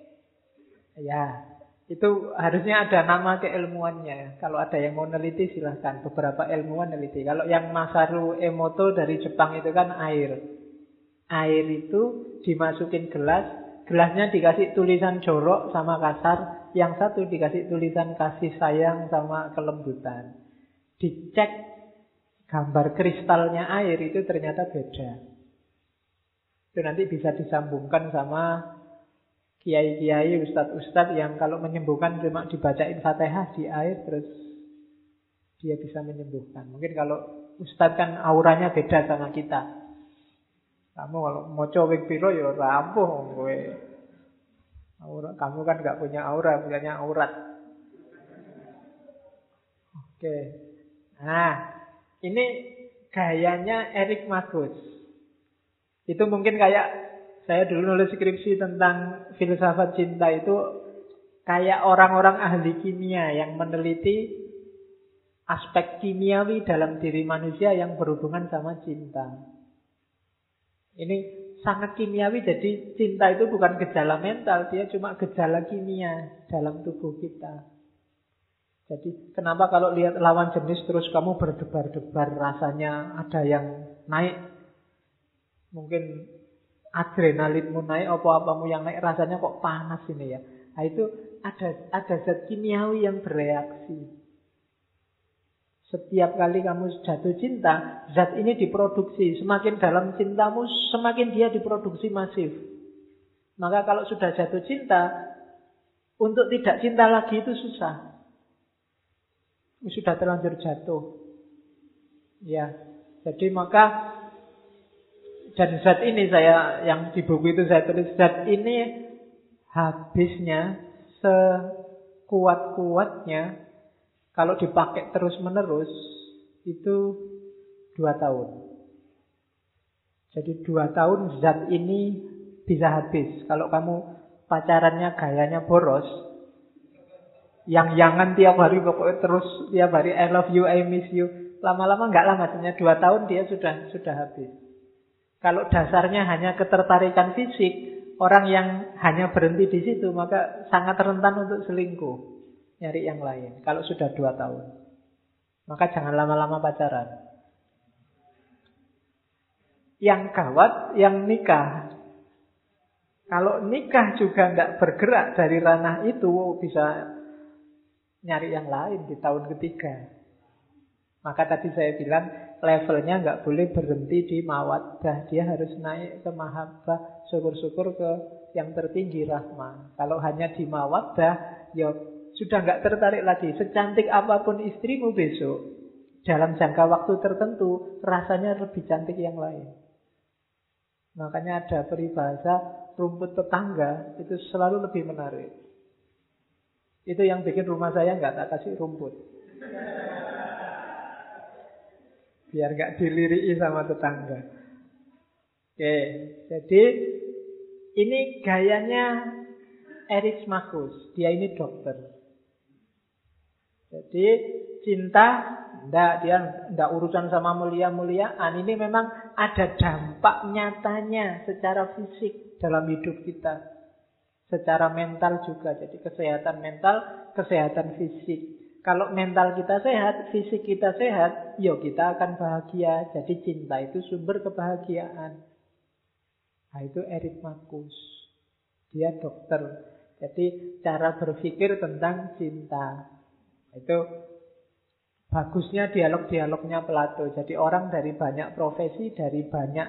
Ya, itu harusnya ada nama keilmuannya. Kalau ada yang mau neliti silahkan. Beberapa ilmuwan neliti. Kalau yang Masaru Emoto dari Jepang itu kan air. Air itu dimasukin gelas. Gelasnya dikasih tulisan jorok sama kasar. Yang satu dikasih tulisan kasih sayang sama kelembutan. Dicek gambar kristalnya air itu ternyata beda. Itu nanti bisa disambungkan sama kiai-kiai, ustadz-ustadz yang kalau menyembuhkan cuma dibacain Fatihah di air terus dia bisa menyembuhkan. Mungkin kalau ustadz kan auranya beda sama kita. Kamu kalau moco wing piro ya rampung kowe. Aura, kamu kan nggak punya aura, punyanya aurat. Oke. Nah, ini gayanya Erik Makhus. Itu mungkin kayak saya dulu nulis skripsi tentang filsafat cinta itu kayak orang-orang ahli kimia yang meneliti aspek kimiawi dalam diri manusia yang berhubungan sama cinta. Ini sangat kimiawi, jadi cinta itu bukan gejala mental, dia cuma gejala kimia dalam tubuh kita. Jadi kenapa kalau lihat lawan jenis terus kamu berdebar-debar, rasanya ada yang naik, mungkin adrenalinmu naik, apa-apamu yang naik, rasanya kok panas ini ya. Nah itu ada ada zat kimiawi yang bereaksi. Setiap kali kamu jatuh cinta, zat ini diproduksi. Semakin dalam cintamu, semakin dia diproduksi masif. Maka kalau sudah jatuh cinta, untuk tidak cinta lagi itu susah. Sudah terlanjur jatuh. Ya, jadi maka dan zat ini saya yang di buku itu saya tulis, zat ini habisnya sekuat-kuatnya kalau dipakai terus-menerus itu dua tahun. Jadi dua tahun zat ini bisa habis. Kalau kamu pacarannya gayanya boros, yang-yangan tiap hari pokoknya terus tiap hari I love you, I miss you, lama-lama nggak lama, hanya dua tahun dia sudah sudah habis. Kalau dasarnya hanya ketertarikan fisik, orang yang hanya berhenti di situ maka sangat rentan untuk selingkuh, nyari yang lain. Kalau sudah dua tahun, maka jangan lama-lama pacaran. Yang gawat, yang nikah. Kalau nikah juga tidak bergerak dari ranah itu, bisa nyari yang lain di tahun ketiga. Maka tadi saya bilang levelnya nggak boleh berhenti di mawaddah, dia harus naik ke mahabbah, syukur-syukur ke yang tertinggi rahmah. Kalau hanya di mawaddah, ya sudah nggak tertarik lagi. Secantik apapun istrimu besok, dalam jangka waktu tertentu rasanya lebih cantik yang lain. Makanya ada peribahasa rumput tetangga itu selalu lebih menarik. Itu yang bikin rumah saya nggak tak kasih rumput, biar nggak diliriki sama tetangga. Oke, jadi ini gayanya Eryximachus. Dia ini dokter. Jadi cinta, enggak, dia enggak urusan sama mulia-muliaan. Ini memang ada dampak nyatanya secara fisik dalam hidup kita. Secara mental juga. Jadi kesehatan mental, kesehatan fisik. Kalau mental kita sehat, fisik kita sehat, ya kita akan bahagia. Jadi cinta itu sumber kebahagiaan. Nah, itu Eryximachus. Dia dokter. Jadi cara berpikir tentang cinta. Itu bagusnya dialog-dialognya Plato. Jadi orang dari banyak profesi, dari banyak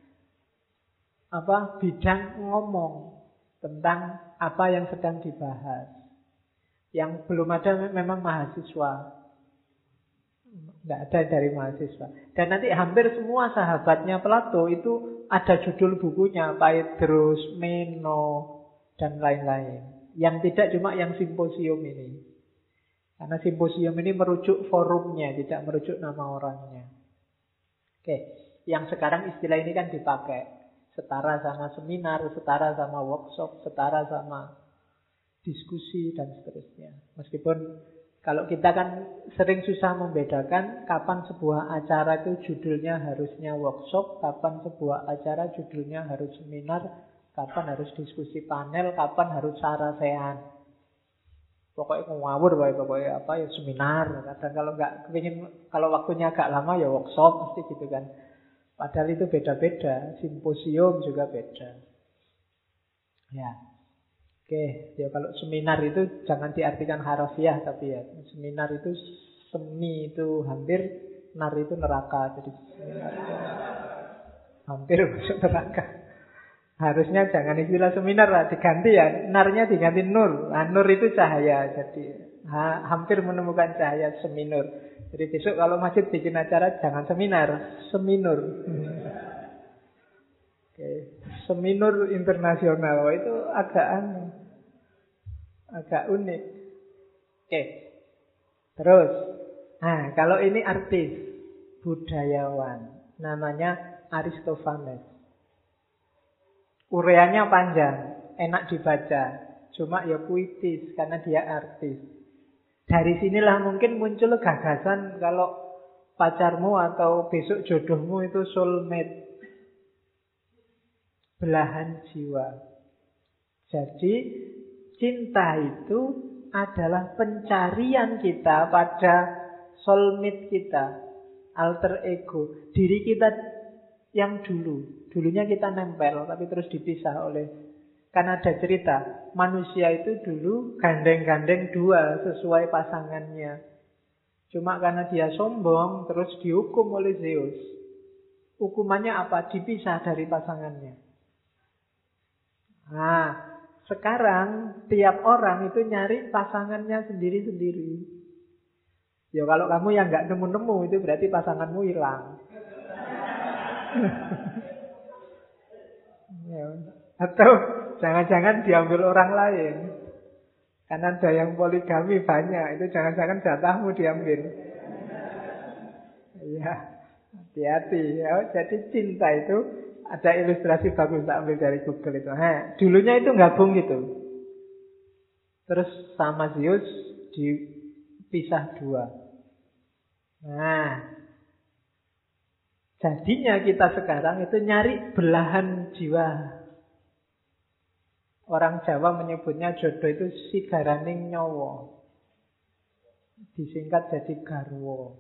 apa bidang ngomong tentang apa yang sedang dibahas. Yang belum ada memang mahasiswa. Tidak ada dari mahasiswa. Dan nanti hampir semua sahabatnya Plato itu ada judul bukunya, Phaedrus, Meno, dan lain-lain. Yang tidak cuma yang simposium ini. Karena simposium ini merujuk forumnya, tidak merujuk nama orangnya. Oke, yang sekarang istilah ini kan dipakai. Setara sama seminar, setara sama workshop, setara sama diskusi, dan seterusnya. Meskipun kalau kita kan sering susah membedakan kapan sebuah acara itu judulnya harusnya workshop, kapan sebuah acara judulnya harus seminar, kapan harus diskusi panel, kapan harus sarasehan. Pokoknya ngawur, pokoknya apa ya seminar. Kadang kalau nggak kepingin, kalau waktunya agak lama ya workshop mesti gitu kan. Padahal itu beda-beda, simposium juga beda. Ya, oke. Ya kalau seminar itu jangan diartikan harafiah, tapi ya seminar itu semi itu hampir, nar itu neraka. Jadi seminar itu hampir masuk neraka. Harusnya jangan istilah seminar lah, diganti ya, narnya diganti nur. Nah, nur itu cahaya, jadi ha, hampir menemukan cahaya seminur. Jadi besok kalau masjid bikin acara jangan seminar, seminur. Oke, seminur internasional. Wah, itu agak aneh, agak unik. Oke, terus, nah kalau ini artis, budayawan, namanya Aristophanes. Ureanya panjang, enak dibaca. Cuma ya puitis karena dia artis. Dari sinilah mungkin muncul gagasan kalau pacarmu atau besok jodohmu itu soulmate, belahan jiwa. Jadi cinta itu adalah pencarian kita pada soulmate kita, alter ego, diri kita yang dulu. Dulunya kita nempel, tapi terus dipisah oleh... Karena ada cerita, manusia itu dulu gandeng-gandeng dua sesuai pasangannya. Cuma karena dia sombong, terus dihukum oleh Zeus. Hukumannya apa? Dipisah dari pasangannya. Nah, sekarang tiap orang itu nyari pasangannya sendiri-sendiri. Ya kalau kamu yang nggak nemu-nemu, itu berarti pasanganmu hilang. Ya, atau jangan-jangan diambil orang lain. Karena ada yang poligami banyak, itu jangan-jangan jatahmu diambil. Ya, hati-hati ya. Jadi cinta itu ada ilustrasi bagus, tak ambil dari Google itu. Heh, dulunya itu gabung gitu. Terus sama Zeus dipisah dua. Nah, jadinya kita sekarang itu nyari belahan jiwa. Orang Jawa menyebutnya jodoh itu sigaraning nyawa. Disingkat jadi garwo.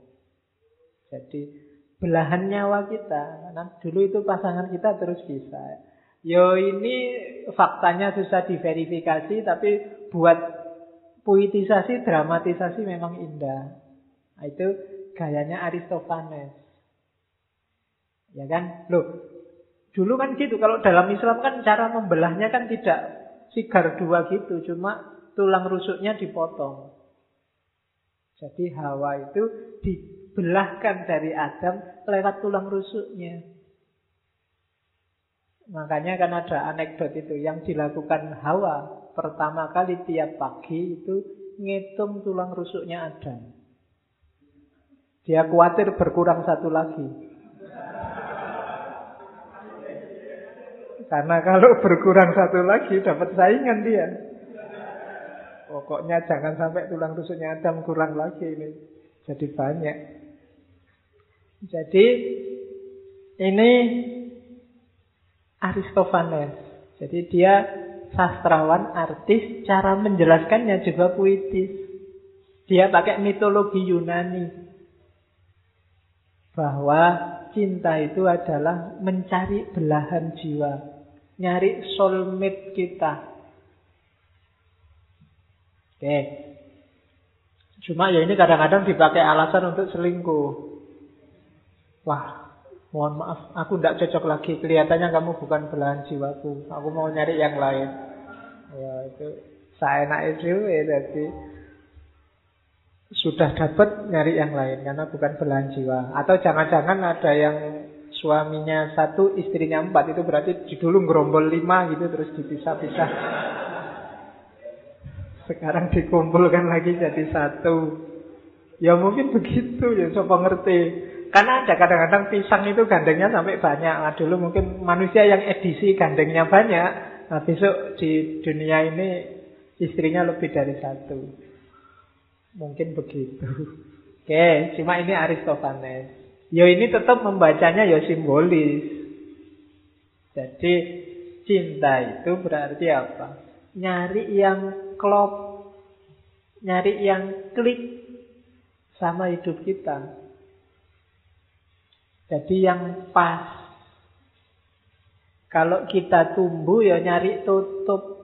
Jadi belahan nyawa kita. Karena dulu itu pasangan kita terus bisa. Yo ini faktanya susah diverifikasi, tapi buat puitisasi, dramatisasi memang indah. Nah, itu gayanya Aristophanes. Ya kan? Loh, dulu kan gitu. Kalau dalam Islam kan cara membelahnya kan tidak sigar dua gitu. Cuma tulang rusuknya dipotong. Jadi Hawa itu dibelahkan dari Adam lewat tulang rusuknya. Makanya kan ada anekdot itu. Yang dilakukan Hawa pertama kali tiap pagi itu ngitung tulang rusuknya Adam. Dia khawatir berkurang satu lagi. Karena kalau berkurang satu lagi dapat saingan dia. Pokoknya jangan sampai tulang rusuknya Adam kurang lagi ini. Jadi banyak. Jadi ini Aristophanes. Jadi dia sastrawan, artis, cara menjelaskannya juga puitis. Dia pakai mitologi Yunani. Bahwa cinta itu adalah mencari belahan jiwa. Nyari soulmate kita. Oke. Cuma ya ini kadang-kadang dipakai alasan untuk selingkuh. Wah, mohon maaf, aku tidak cocok lagi. Kelihatannya kamu bukan belahan jiwaku. Aku mau nyari yang lain. Ya itu saya enak itu ya, jadi sudah dapat nyari yang lain karena bukan belahan jiwa. Atau jangan-jangan ada yang suaminya satu, istrinya empat. Itu berarti dulu gerombol lima gitu, terus dipisah-pisah. Sekarang dikumpulkan lagi jadi satu. Ya mungkin begitu ya, coba ngerti. Karena ada kadang-kadang pisang itu gandengnya sampai banyak. Nah, dulu mungkin manusia yang edisi gandengnya banyak. Nah besok di dunia ini istrinya lebih dari satu. Mungkin begitu. Oke, cuma ini Aristophanes. Ya ini tetap membacanya ya simbolis. Jadi cinta itu berarti apa? Nyari yang klop, nyari yang klik sama hidup kita. Jadi yang pas. Kalau kita tumbuh ya nyari tutup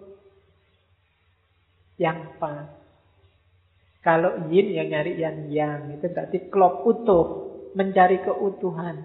yang pas. Kalau yin ya nyari yang yang. Itu berarti klop utuh. Mencari keutuhan.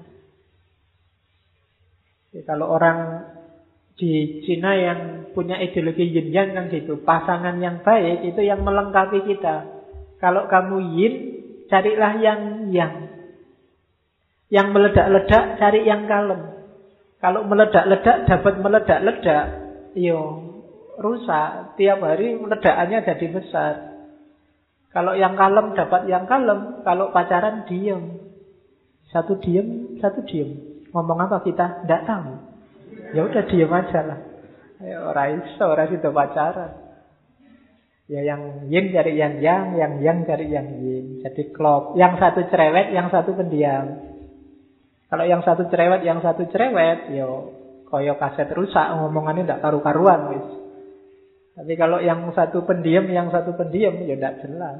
Jadi, kalau orang di Cina yang punya ideologi yin yang kan gitu, pasangan yang baik itu yang melengkapi kita. Kalau kamu yin, carilah yang yang. Yang meledak-ledak, cari yang kalem. Kalau meledak-ledak dapat meledak-ledak, yo rusak. Tiap hari ledakannya jadi besar. Kalau yang kalem dapat yang kalem, kalau pacaran diem. Satu diem, satu diem. Ngomong apa kita? Tidak tahu. Ya udah diem aja lah. Orang iso, orang itu pacaran. Ya yang yin cari yang yang, yang yang cari yang yin. Jadi klop. Yang satu cerewet, yang satu pendiam. Kalau yang satu cerewet, yang satu cerewet, yo koyo kaset rusak, ngomongannya tidak karu-karuan wis. Tapi kalau yang satu pendiam, yang satu pendiam, ya tidak jelas.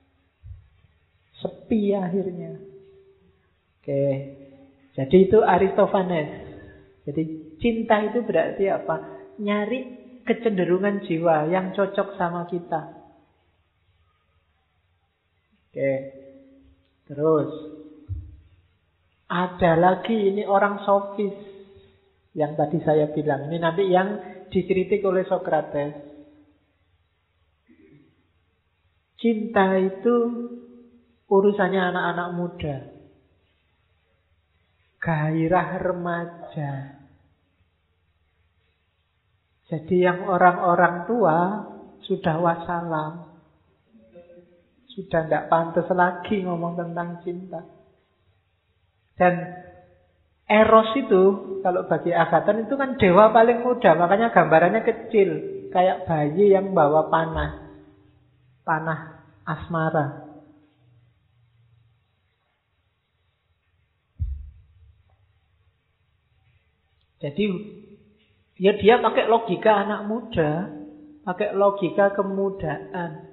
Sepi akhirnya. Oke, jadi itu Aristophanes. Jadi cinta itu berarti apa? Nyari kecenderungan jiwa yang cocok sama kita. Oke, terus ada lagi ini orang sofis yang tadi saya bilang. Ini nanti yang dikritik oleh Sokrates. Cinta itu urusannya anak-anak muda. Gairah remaja. Jadi yang orang-orang tua sudah wassalam. Sudah tidak pantas lagi ngomong tentang cinta. Dan Eros itu, kalau bagi Agathon itu kan dewa paling muda. Makanya gambarannya kecil. Kayak bayi yang bawa panah. Panah asmara. Jadi ya dia pakai logika anak muda, pakai logika kemudaan.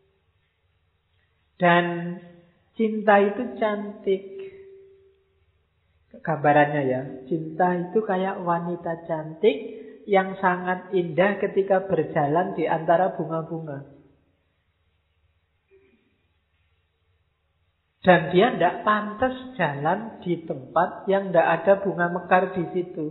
Dan cinta itu cantik. Gambarannya ya, cinta itu kayak wanita cantik yang sangat indah ketika berjalan di antara bunga-bunga. Dan dia tidak pantas jalan di tempat yang tidak ada bunga mekar di situ.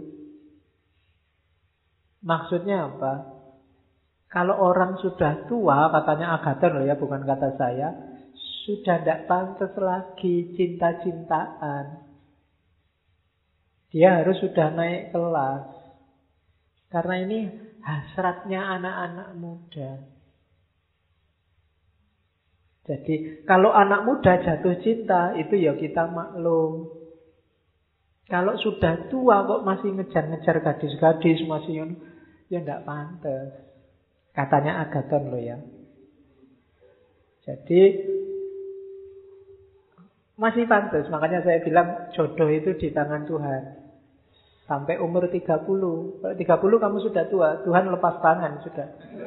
Maksudnya apa? Kalau orang sudah tua, katanya Agathon loh ya, bukan kata saya, sudah tidak pantas lagi cinta-cintaan. Dia harus sudah naik kelas. Karena ini hasratnya anak-anak muda. Jadi kalau anak muda jatuh cinta, itu ya kita maklum. Kalau sudah tua kok masih ngejar-ngejar gadis-gadis, masih ya tidak pantas. Katanya Agathon loh ya. Jadi masih pantas. Makanya saya bilang jodoh itu di tangan Tuhan. Sampai umur tiga puluh. Kalau tiga puluh kamu sudah tua, Tuhan lepas tangan sudah.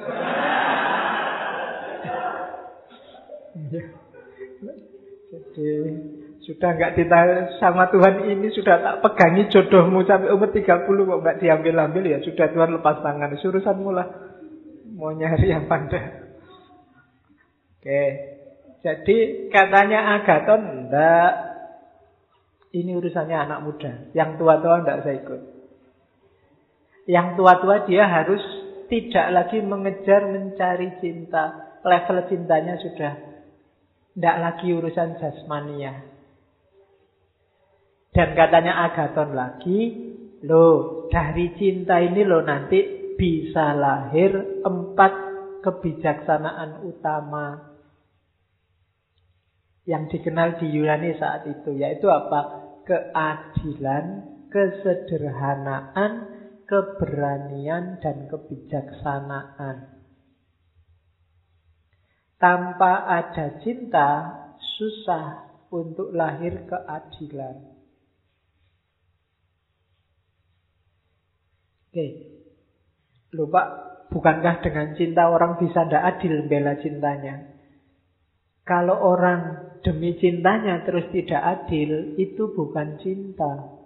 Jadi sudah nggak ditahan sama Tuhan, ini sudah tak pegangi jodohmu sampai umur tiga puluh kok nggak diambil-ambil, ya sudah Tuhan lepas tangan. Urusanmu lah. Mau nyari yang pandai. Oke. Jadi katanya Agathon, enggak. Ini urusannya anak muda. Yang tua-tua enggak saya ikut. Yang tua-tua dia harus tidak lagi mengejar mencari cinta. Level cintanya sudah enggak lagi urusan jasmania. Dan katanya Agathon lagi, loh dari cinta ini loh nanti bisa lahir empat kebijaksanaan utama yang dikenal di Yunani saat itu, yaitu apa? Keadilan, kesederhanaan, keberanian, dan kebijaksanaan. Tanpa ada cinta, susah untuk lahir keadilan. Oke. Loh Pak, bukankah dengan cinta orang bisa tidak adil bela cintanya? Kalau orang demi cintanya terus tidak adil, itu bukan cinta.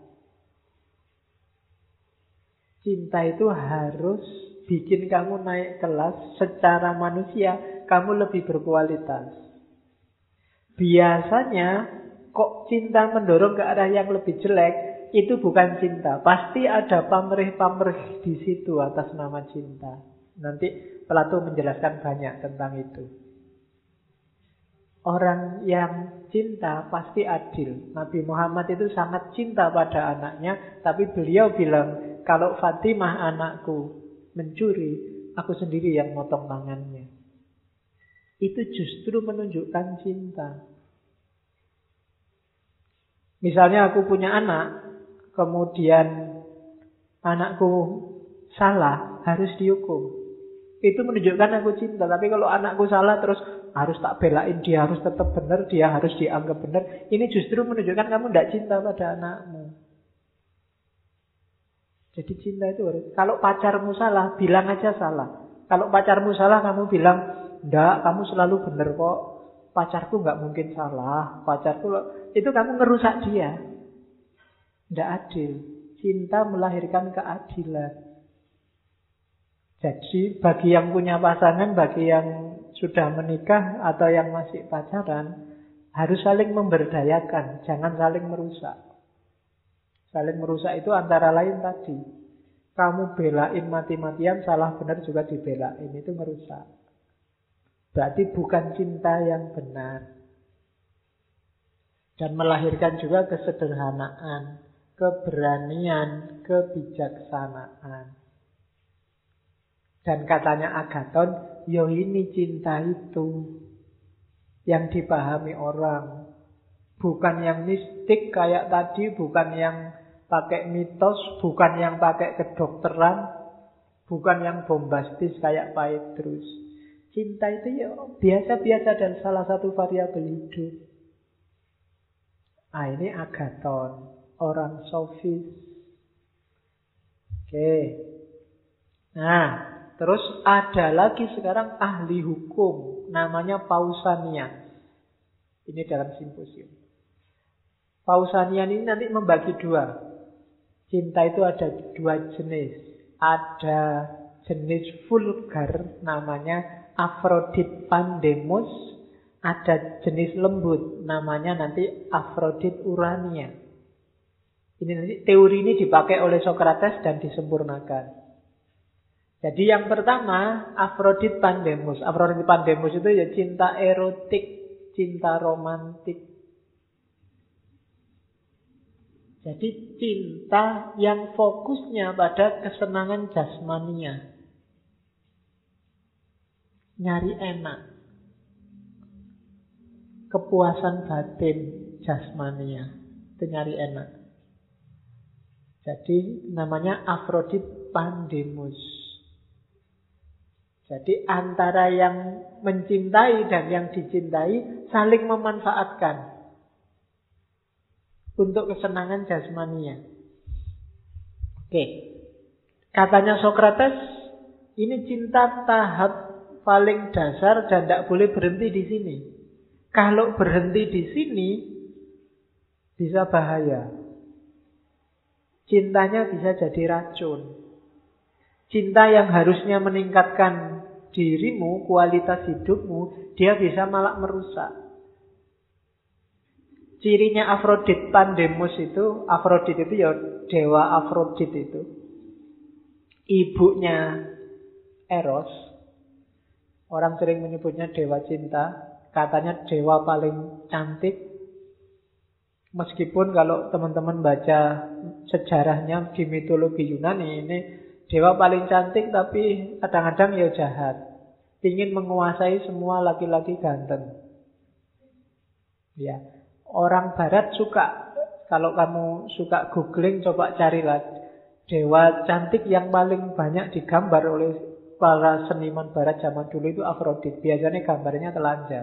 Cinta itu harus bikin kamu naik kelas secara manusia, kamu lebih berkualitas. Biasanya kok cinta mendorong ke arah yang lebih jelek, itu bukan cinta. Pasti ada pamrih-pamrih di situ atas nama cinta. Nanti Plato menjelaskan banyak tentang itu. Orang yang cinta pasti adil. Nabi Muhammad itu sangat cinta pada anaknya, tapi beliau bilang, kalau Fatimah anakku mencuri, aku sendiri yang motong tangannya. Itu justru menunjukkan cinta. Misalnya aku punya anak, kemudian anakku salah, harus dihukum. Itu menunjukkan aku cinta. Tapi kalau anakku salah terus harus tak belain, dia harus tetap benar, dia harus dianggap benar, ini justru menunjukkan kamu tidak cinta pada anakmu. Jadi cinta itu harus. Kalau pacarmu salah, bilang aja salah. Kalau pacarmu salah, kamu bilang, enggak, kamu selalu benar kok. Pacarku nggak mungkin salah. Pacarku, itu kamu ngerusak dia. Tidak adil. Cinta melahirkan keadilan. Jadi bagi yang punya pasangan, bagi yang sudah menikah atau yang masih pacaran, harus saling memberdayakan, jangan saling merusak. Saling merusak itu antara lain tadi, kamu belain mati-matian, salah benar juga dibelain, itu merusak. Berarti bukan cinta yang benar. Dan melahirkan juga kesederhanaan, keberanian, kebijaksanaan. Dan katanya Agathon, yo ini cinta itu yang dipahami orang. Bukan yang mistik kayak tadi, bukan yang pakai mitos, bukan yang pakai kedokteran, bukan yang bombastis kayak Petrus. Cinta itu ya biasa-biasa dan salah satu variabel hidup. Ah, ini Agathon, orang sofis. Oke. Nah, terus ada lagi sekarang ahli hukum, namanya Pausanias. Ini dalam simposium. Pausanias ini nanti membagi dua. Cinta itu ada dua jenis. ada jenis vulgar namanya Afrodit Pandemus, ada jenis lembut namanya nanti Afrodit Urania. Ini nanti teori ini dipakai oleh Socrates dan disempurnakan. Jadi yang pertama Afrodit Pandemus. Afrodit Pandemus itu ya cinta erotik, cinta romantik. Jadi cinta yang fokusnya pada kesenangan jasmania. Nyari enak. Kepuasan batin jasmania. Itu nyari enak. Jadi namanya Afrodit Pandemus. Jadi antara yang mencintai dan yang dicintai saling memanfaatkan untuk kesenangan jasmania. Oke. Katanya Socrates, ini cinta tahap paling dasar dan tidak boleh berhenti di sini. Kalau berhenti di sini, bisa bahaya. Cintanya bisa jadi racun. Cinta yang harusnya meningkatkan dirimu, kualitas hidupmu, dia bisa malah merusak. Cirinya Afrodit Pandemus itu, Afrodit itu ya dewa Afrodit itu. Ibunya Eros. Orang sering menyebutnya dewa cinta. Katanya dewa paling cantik. Meskipun kalau teman-teman baca sejarahnya di mitologi Yunani, ini dewa paling cantik tapi kadang-kadang ya jahat. Ingin menguasai semua laki-laki ganteng. Ya. Orang barat suka, kalau kamu suka googling, coba carilah dewa cantik yang paling banyak digambar oleh para seniman barat zaman dulu itu Afrodit. Biasanya gambarnya telanjang.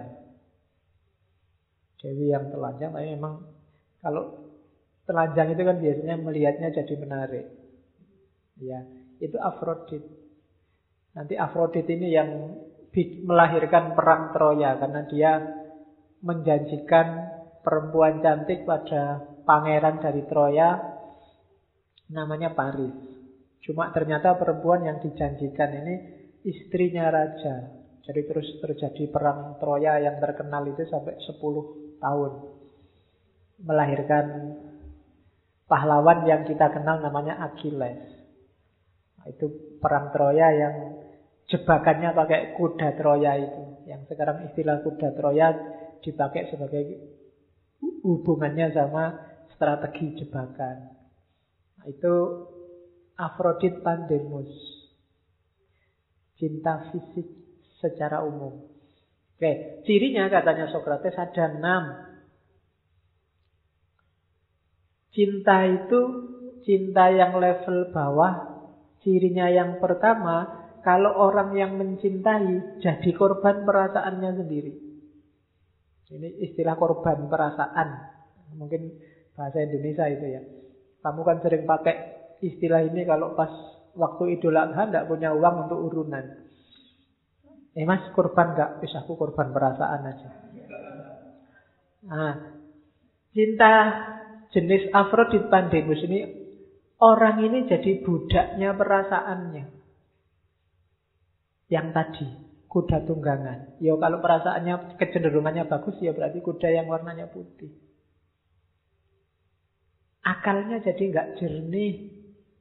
Dewi yang telanjang, tapi memang kalau telanjang itu kan biasanya melihatnya jadi menarik. Ya, itu Afrodit. Nanti Afrodit ini yang melahirkan perang Troya karena dia menjanjikan perempuan cantik pada pangeran dari Troya namanya Paris. Cuma ternyata perempuan yang dijanjikan ini istrinya raja. Jadi terus terjadi perang Troya yang terkenal itu sampai sepuluh tahun. Melahirkan pahlawan yang kita kenal namanya Achilles. Nah, itu perang Troya yang jebakannya pakai kuda Troya itu. Yang sekarang istilah kuda Troya dipakai sebagai hubungannya sama strategi jebakan. Nah, itu Afrodit Pandemus. Cinta fisik secara umum. Oke, cirinya katanya Socrates ada enam. Cinta itu cinta yang level bawah. Cirinya yang pertama, kalau orang yang mencintai jadi korban perasaannya sendiri. Ini istilah korban perasaan. Mungkin bahasa Indonesia itu ya. Kamu kan sering pakai istilah ini kalau pas waktu Idul Adha tidak punya uang untuk urunan. Eh mas, korban gak? Bisa aku korban perasaan aja. Nah, cinta jenis Afrodit Pandemus ini, orang ini jadi budaknya perasaannya. Yang tadi kuda tunggangan. Ya kalau perasaannya kecenderungannya bagus, ya berarti kuda yang warnanya putih. Akalnya jadi nggak jernih.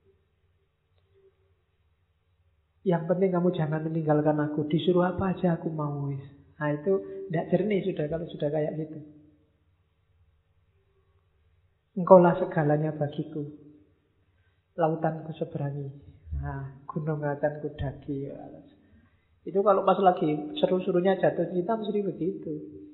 Yang penting kamu jangan meninggalkan aku. Disuruh apa aja aku mau. Nah itu nggak jernih sudah kalau sudah kayak gitu. Engkaulah segalanya bagiku. Lautanku seberangi. Nah, gunung akan kudaki. Itu kalau pas lagi seru-serunya jatuh cinta mesti begitu.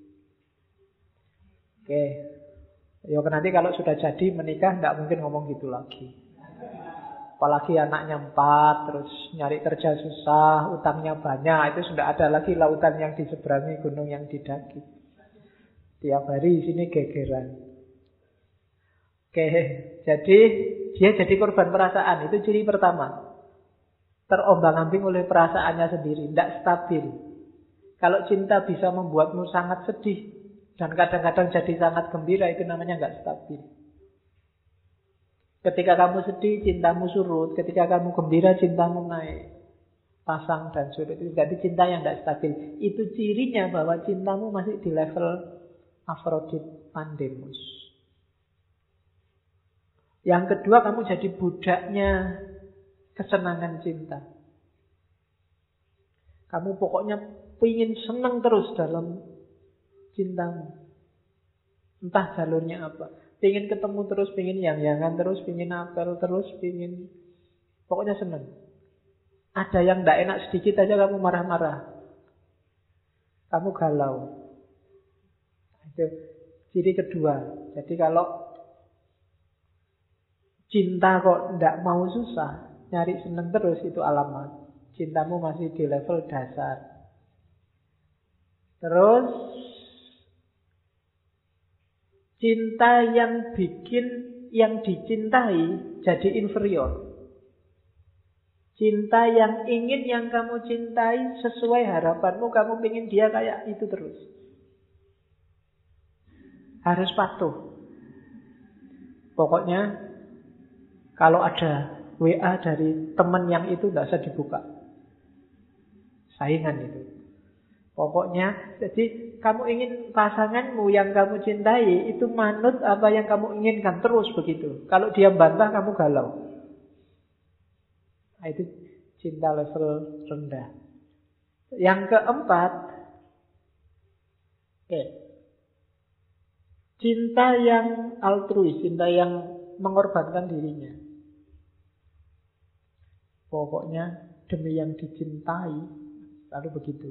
Oke. Ya nanti kalau sudah jadi menikah nggak mungkin ngomong gitu lagi. Apalagi anaknya empat, terus nyari kerja susah, utangnya banyak, itu sudah ada lagi lautan yang diseberangi, gunung yang didaki. Tiap hari di sini gegeran. Oke, jadi dia jadi korban perasaan, itu ciri pertama. Terombang-ambing oleh perasaannya sendiri, tidak stabil. Kalau cinta bisa membuatmu sangat sedih dan kadang-kadang jadi sangat gembira, itu namanya nggak stabil. Ketika kamu sedih, cintamu surut. Ketika kamu gembira, cintamu naik. Pasang dan surut. Itu berarti cinta yang tidak stabil. Itu cirinya bahwa cintamu masih di level Afrodit Pandemus. Yang kedua, kamu jadi budaknya kesenangan cinta. Kamu pokoknya ingin senang terus dalam cintamu. Entah jalurnya apa. Pengen ketemu terus, pengen yang-yangan terus, pengen apel terus, pengen... Pokoknya senang. Ada yang tidak enak sedikit aja kamu marah-marah. Kamu galau. Itu ciri kedua. Jadi kalau cinta kok tidak mau susah, nyari senang terus, itu alamat cintamu masih di level dasar. Terus cinta yang bikin yang dicintai jadi inferior. Cinta yang ingin yang kamu cintai sesuai harapanmu, kamu ingin dia kayak itu terus. Harus patuh. Pokoknya kalau ada W A dari teman yang itu tidak usah dibuka. Saingan itu. Pokoknya, jadi kamu ingin pasanganmu yang kamu cintai itu manut apa yang kamu inginkan terus begitu. Kalau dia bantah, kamu galau. Nah, itu cinta level rendah. Yang keempat, oke, cinta yang altruis, cinta yang mengorbankan dirinya. Pokoknya demi yang dicintai, lalu begitu.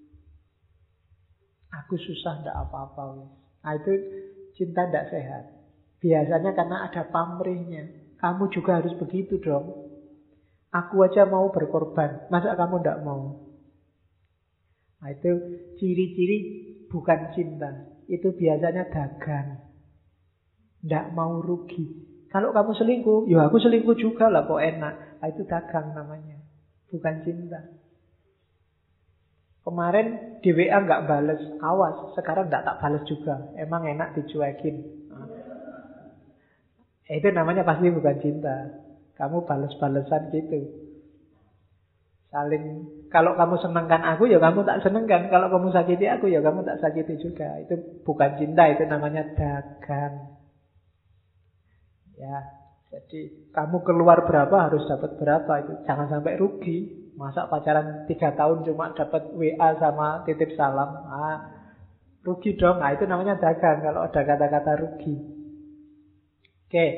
Aku susah, ndak apa-apa. Nah, itu cinta ndak sehat. Biasanya karena ada pamrihnya. Kamu juga harus begitu dong. Aku aja mau berkorban, masa kamu ndak mau? Nah, itu ciri-ciri bukan cinta. Itu biasanya dagang. Ndak mau rugi. Kalau kamu selingkuh, ya aku selingkuh juga lah, kok enak. Nah, itu dagang namanya. Bukan cinta. Kemarin di W A nggak bales, awas, sekarang nggak tak bales juga. Emang enak dicuekin. Nah, itu namanya pasti bukan cinta. Kamu bales-balesan gitu. Saling, kalau kamu senangkan aku, ya kamu tak senangkan. Kalau kamu sakiti aku, ya kamu tak sakiti juga. Itu bukan cinta, itu namanya dagang. Ya, jadi kamu keluar berapa harus dapat berapa, itu jangan sampai rugi. Masa pacaran tiga tahun cuma dapat W A sama titip salam, ah, rugi dong. Nah, itu namanya dagang kalau ada kata-kata rugi. Oke.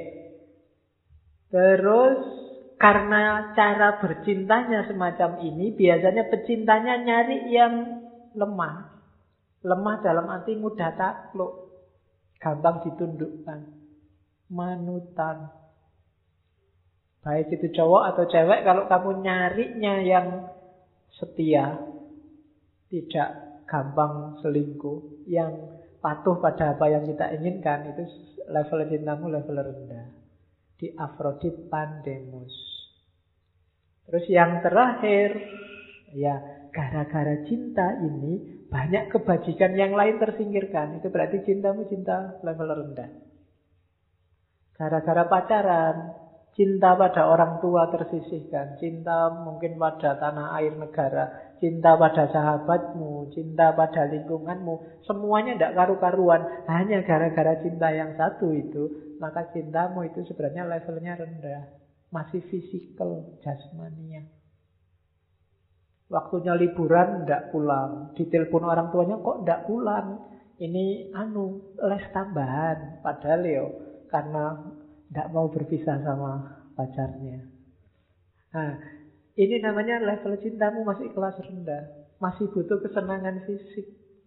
Terus karena cara bercintanya semacam ini, biasanya pecintanya nyari yang lemah. Lemah dalam arti mudah takluk, gampang ditundukkan, manutan. Baik itu cowok atau cewek, kalau kamu nyarinya yang setia, tidak gampang selingkuh, yang patuh pada apa yang kita inginkan, itu level cintamu level rendah. Di Afrodit Pandemus. Terus yang terakhir, ya gara-gara cinta ini banyak kebajikan yang lain tersingkirkan. Itu berarti cintamu cinta level rendah. Gara-gara pacaran, cinta pada orang tua tersisihkan, cinta mungkin pada tanah air negara, cinta pada sahabatmu, cinta pada lingkunganmu, semuanya tidak karu-karuan. Hanya gara-gara cinta yang satu itu, maka cintamu itu sebenarnya levelnya rendah. Masih fisikal, jasmania. Waktunya liburan, tidak pulang. Ditelepon orang tuanya, kok tidak pulang? Ini anu les tambahan. Padahal yo, karena tidak mau berpisah sama pacarnya. Nah, ini namanya level cintamu masih kelas rendah. Masih butuh kesenangan fisik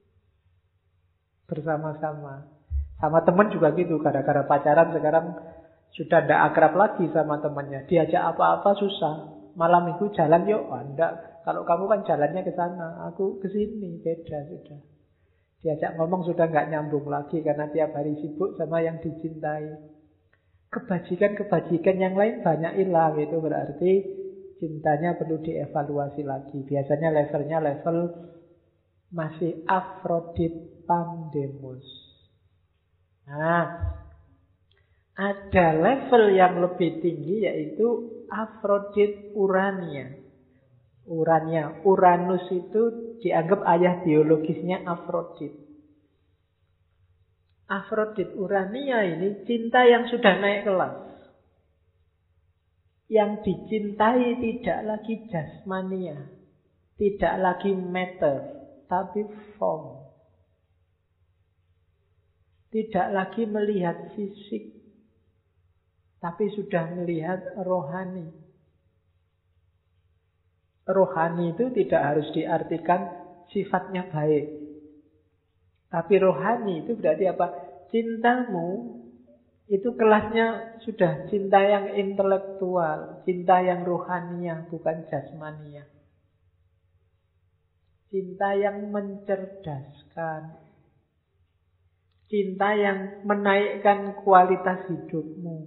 bersama-sama. Sama teman juga gitu. Gara-gara pacaran sekarang sudah tidak akrab lagi sama temannya. Diajak apa-apa susah. Malam minggu jalan yuk. Oh, enggak. Kalau kamu kan jalannya ke sana, aku ke sini. Beda sudah. Diajak ngomong sudah nggak nyambung lagi karena tiap hari sibuk sama yang dicintai. Kebajikan-kebajikan yang lain banyak hilang. Itu berarti cintanya perlu dievaluasi lagi. Biasanya levelnya level masih Afrodit Pandemus. Nah, Ada level yang lebih tinggi yaitu Afrodit Urania. Urania, Uranus itu dianggap ayah biologisnya Afrodit. Afrodit Urania ini cinta yang sudah naik kelas. Yang dicintai tidak lagi jasmania, tidak lagi matter, tapi form. Tidak lagi melihat fisik, tapi sudah melihat rohani. Rohani itu tidak harus diartikan sifatnya baik. Tapi rohani itu berarti apa? Cintamu itu kelasnya sudah cinta yang intelektual, cinta yang rohania, bukan jasmania. Cinta yang mencerdaskan. Cinta yang menaikkan kualitas hidupmu.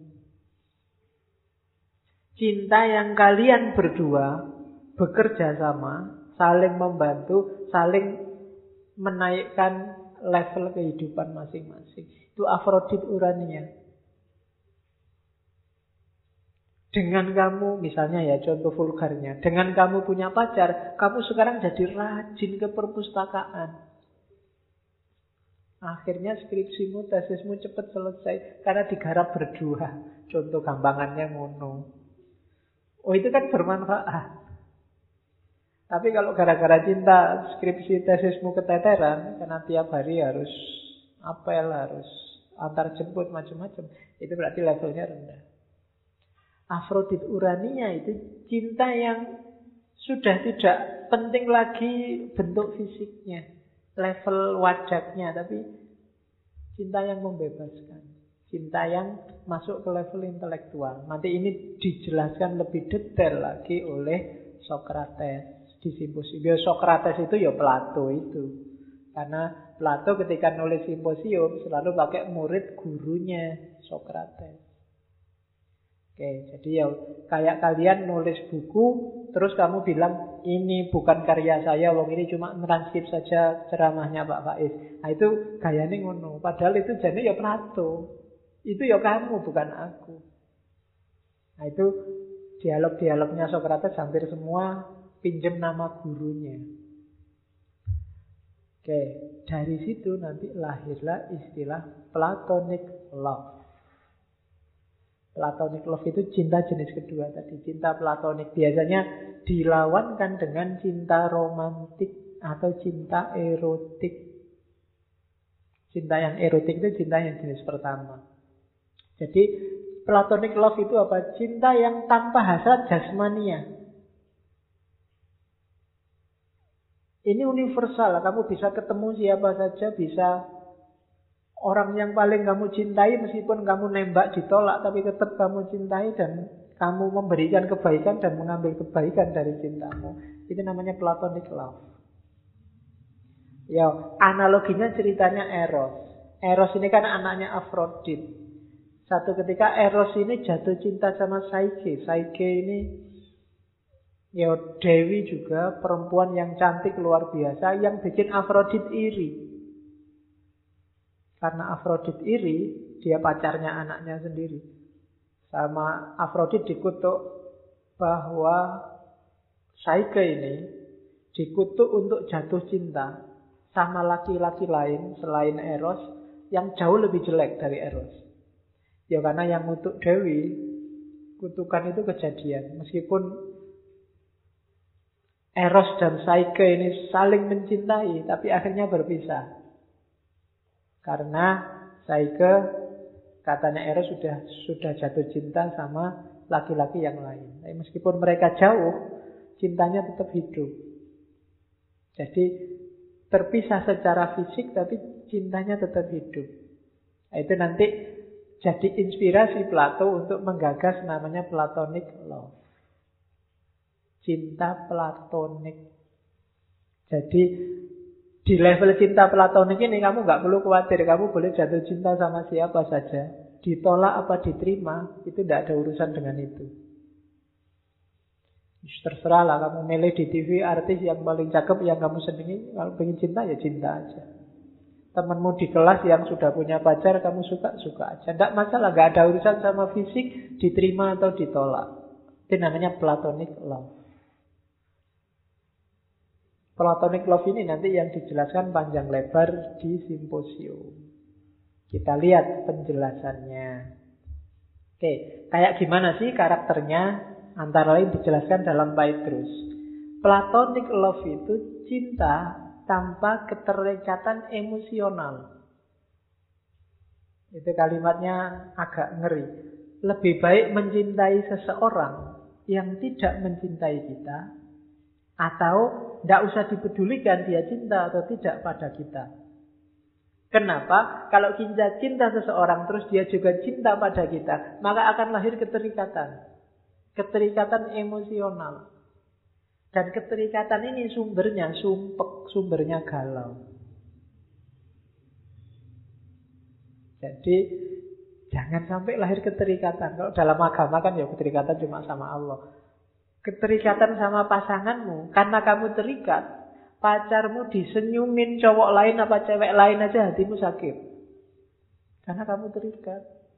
Cinta yang kalian berdua bekerja sama, saling membantu, saling menaikkan level kehidupan masing-masing. Itu Afrodit Urania. Dengan kamu, misalnya ya contoh vulgarnya, dengan kamu punya pacar, kamu sekarang jadi rajin ke perpustakaan. Akhirnya skripsimu, tesismu cepat selesai karena digarap berdua. Contoh gampangannya ngono. Oh, itu kan bermanfaat. Tapi kalau gara-gara cinta skripsi tesismu keteteran, karena tiap hari harus apel, harus antar jemput macam-macam, itu berarti levelnya rendah. Afrodit Urania itu cinta yang sudah tidak penting lagi bentuk fisiknya, level wajahnya, tapi cinta yang membebaskan, cinta yang masuk ke level intelektual. Nanti ini dijelaskan lebih detail lagi oleh Socrates di simposium. Socrates itu ya Plato itu. Karena Plato ketika nulis simposium selalu pakai murid gurunya Socrates. Oke, jadi ya kayak kalian nulis buku, terus kamu bilang ini bukan karya saya, wong ini cuma transkrip saja ceramahnya Pak Faiz. Nah itu gayanya ngono. Padahal itu jadi ya Plato. Itu ya kamu, bukan aku. Nah itu dialog-dialognya Socrates hampir semua pinjam nama gurunya. Oke, dari situ nanti lahirlah istilah Platonic love. Platonic love itu cinta jenis kedua tadi, cinta platonik. Biasanya dilawankan dengan cinta romantik atau cinta erotik. Cinta yang erotik itu cinta yang jenis pertama. Jadi platonic love itu apa? Cinta yang tanpa hasrat jasmania. Ini universal, kamu bisa ketemu siapa saja, bisa orang yang paling kamu cintai, meskipun kamu nembak ditolak, tapi tetap kamu cintai dan kamu memberikan kebaikan dan mengambil kebaikan dari cintamu. Itu namanya platonic love. Ya, analoginya ceritanya Eros. Eros ini kan anaknya Afrodit. Satu ketika Eros ini jatuh cinta sama Psyche. Psyche ini ya Dewi juga, perempuan yang cantik luar biasa, yang bikin Afrodit iri. Karena Afrodit iri, dia pacarnya anaknya sendiri. Sama Afrodit dikutuk bahwa Psyche ini dikutuk untuk jatuh cinta sama laki-laki lain selain Eros yang jauh lebih jelek dari Eros. Ya karena yang ngutuk Dewi, kutukan itu kejadian. Meskipun Eros dan Psyche ini saling mencintai, tapi akhirnya berpisah. Karena Psyche, katanya Eros sudah sudah jatuh cinta sama laki-laki yang lain. Tapi meskipun mereka jauh, cintanya tetap hidup. Jadi terpisah secara fisik, tapi cintanya tetap hidup. Nah, itu nanti jadi inspirasi Plato untuk menggagas namanya platonic love. Cinta platonik. Jadi di level cinta platonik ini kamu nggak perlu khawatir, kamu boleh jatuh cinta sama siapa saja, ditolak apa diterima, itu tidak ada urusan dengan itu. Terserah lah, kamu milih di T V artis yang paling cakep yang kamu senangi, kalau pengen cinta ya cinta aja. Temanmu di kelas yang sudah punya pacar, kamu suka-suka aja. Tidak masalah, nggak ada urusan sama fisik, diterima atau ditolak. Itu namanya platonic love. Platonic love ini nanti yang dijelaskan panjang lebar di simposium. Kita lihat penjelasannya. Oke, kayak gimana sih karakternya? Antara lain dijelaskan dalam Phaedrus. Platonic love itu cinta tanpa keterikatan emosional. Itu kalimatnya agak ngeri. Lebih baik mencintai seseorang yang tidak mencintai kita, atau tidak usah dipedulikan dia cinta atau tidak pada kita. Kenapa? Kalau kita cinta seseorang terus dia juga cinta pada kita, maka akan lahir keterikatan. Keterikatan emosional. Dan keterikatan ini sumbernya sumpek, sumbernya galau. Jadi jangan sampai lahir keterikatan. Kalau dalam agama kan ya keterikatan cuma sama Allah. Keterikatan sama pasanganmu, karena kamu terikat, pacarmu disenyumin cowok lain apa cewek lain aja hatimu sakit. Karena kamu terikat.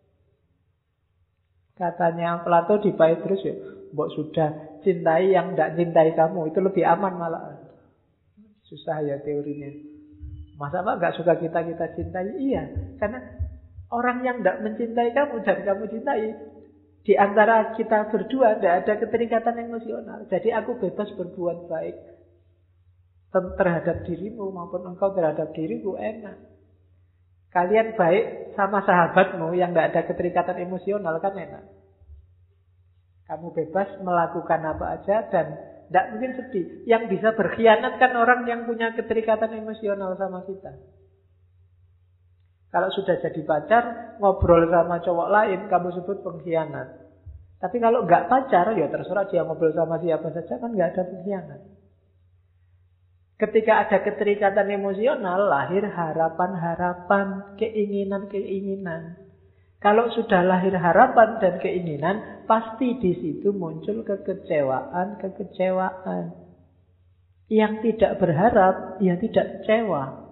Katanya Plato di Phaedrus ya, mbok sudah cintai yang tidak cintai kamu, itu lebih aman malah. Susah ya teorinya. Masa apa nggak suka kita kita cintai? Iya, karena orang yang tidak mencintai kamu dan kamu cintai, di antara kita berdua tidak ada keterikatan emosional. Jadi aku bebas berbuat baik terhadap dirimu maupun engkau terhadap diriku, enak. Kalian baik sama sahabatmu yang tidak ada keterikatan emosional kan enak. Kamu bebas melakukan apa aja dan tidak mungkin sedih. Yang bisa berkhianat kan orang yang punya keterikatan emosional sama kita. Kalau sudah jadi pacar, ngobrol sama cowok lain, kamu sebut pengkhianat. Tapi kalau nggak pacar, ya terserah dia ngobrol sama siapa saja, kan nggak ada pengkhianat. Ketika ada keterikatan emosional, lahir harapan-harapan, keinginan-keinginan. Kalau sudah lahir harapan dan keinginan, pasti di situ muncul kekecewaan-kekecewaan. Yang tidak berharap, ya tidak kecewa.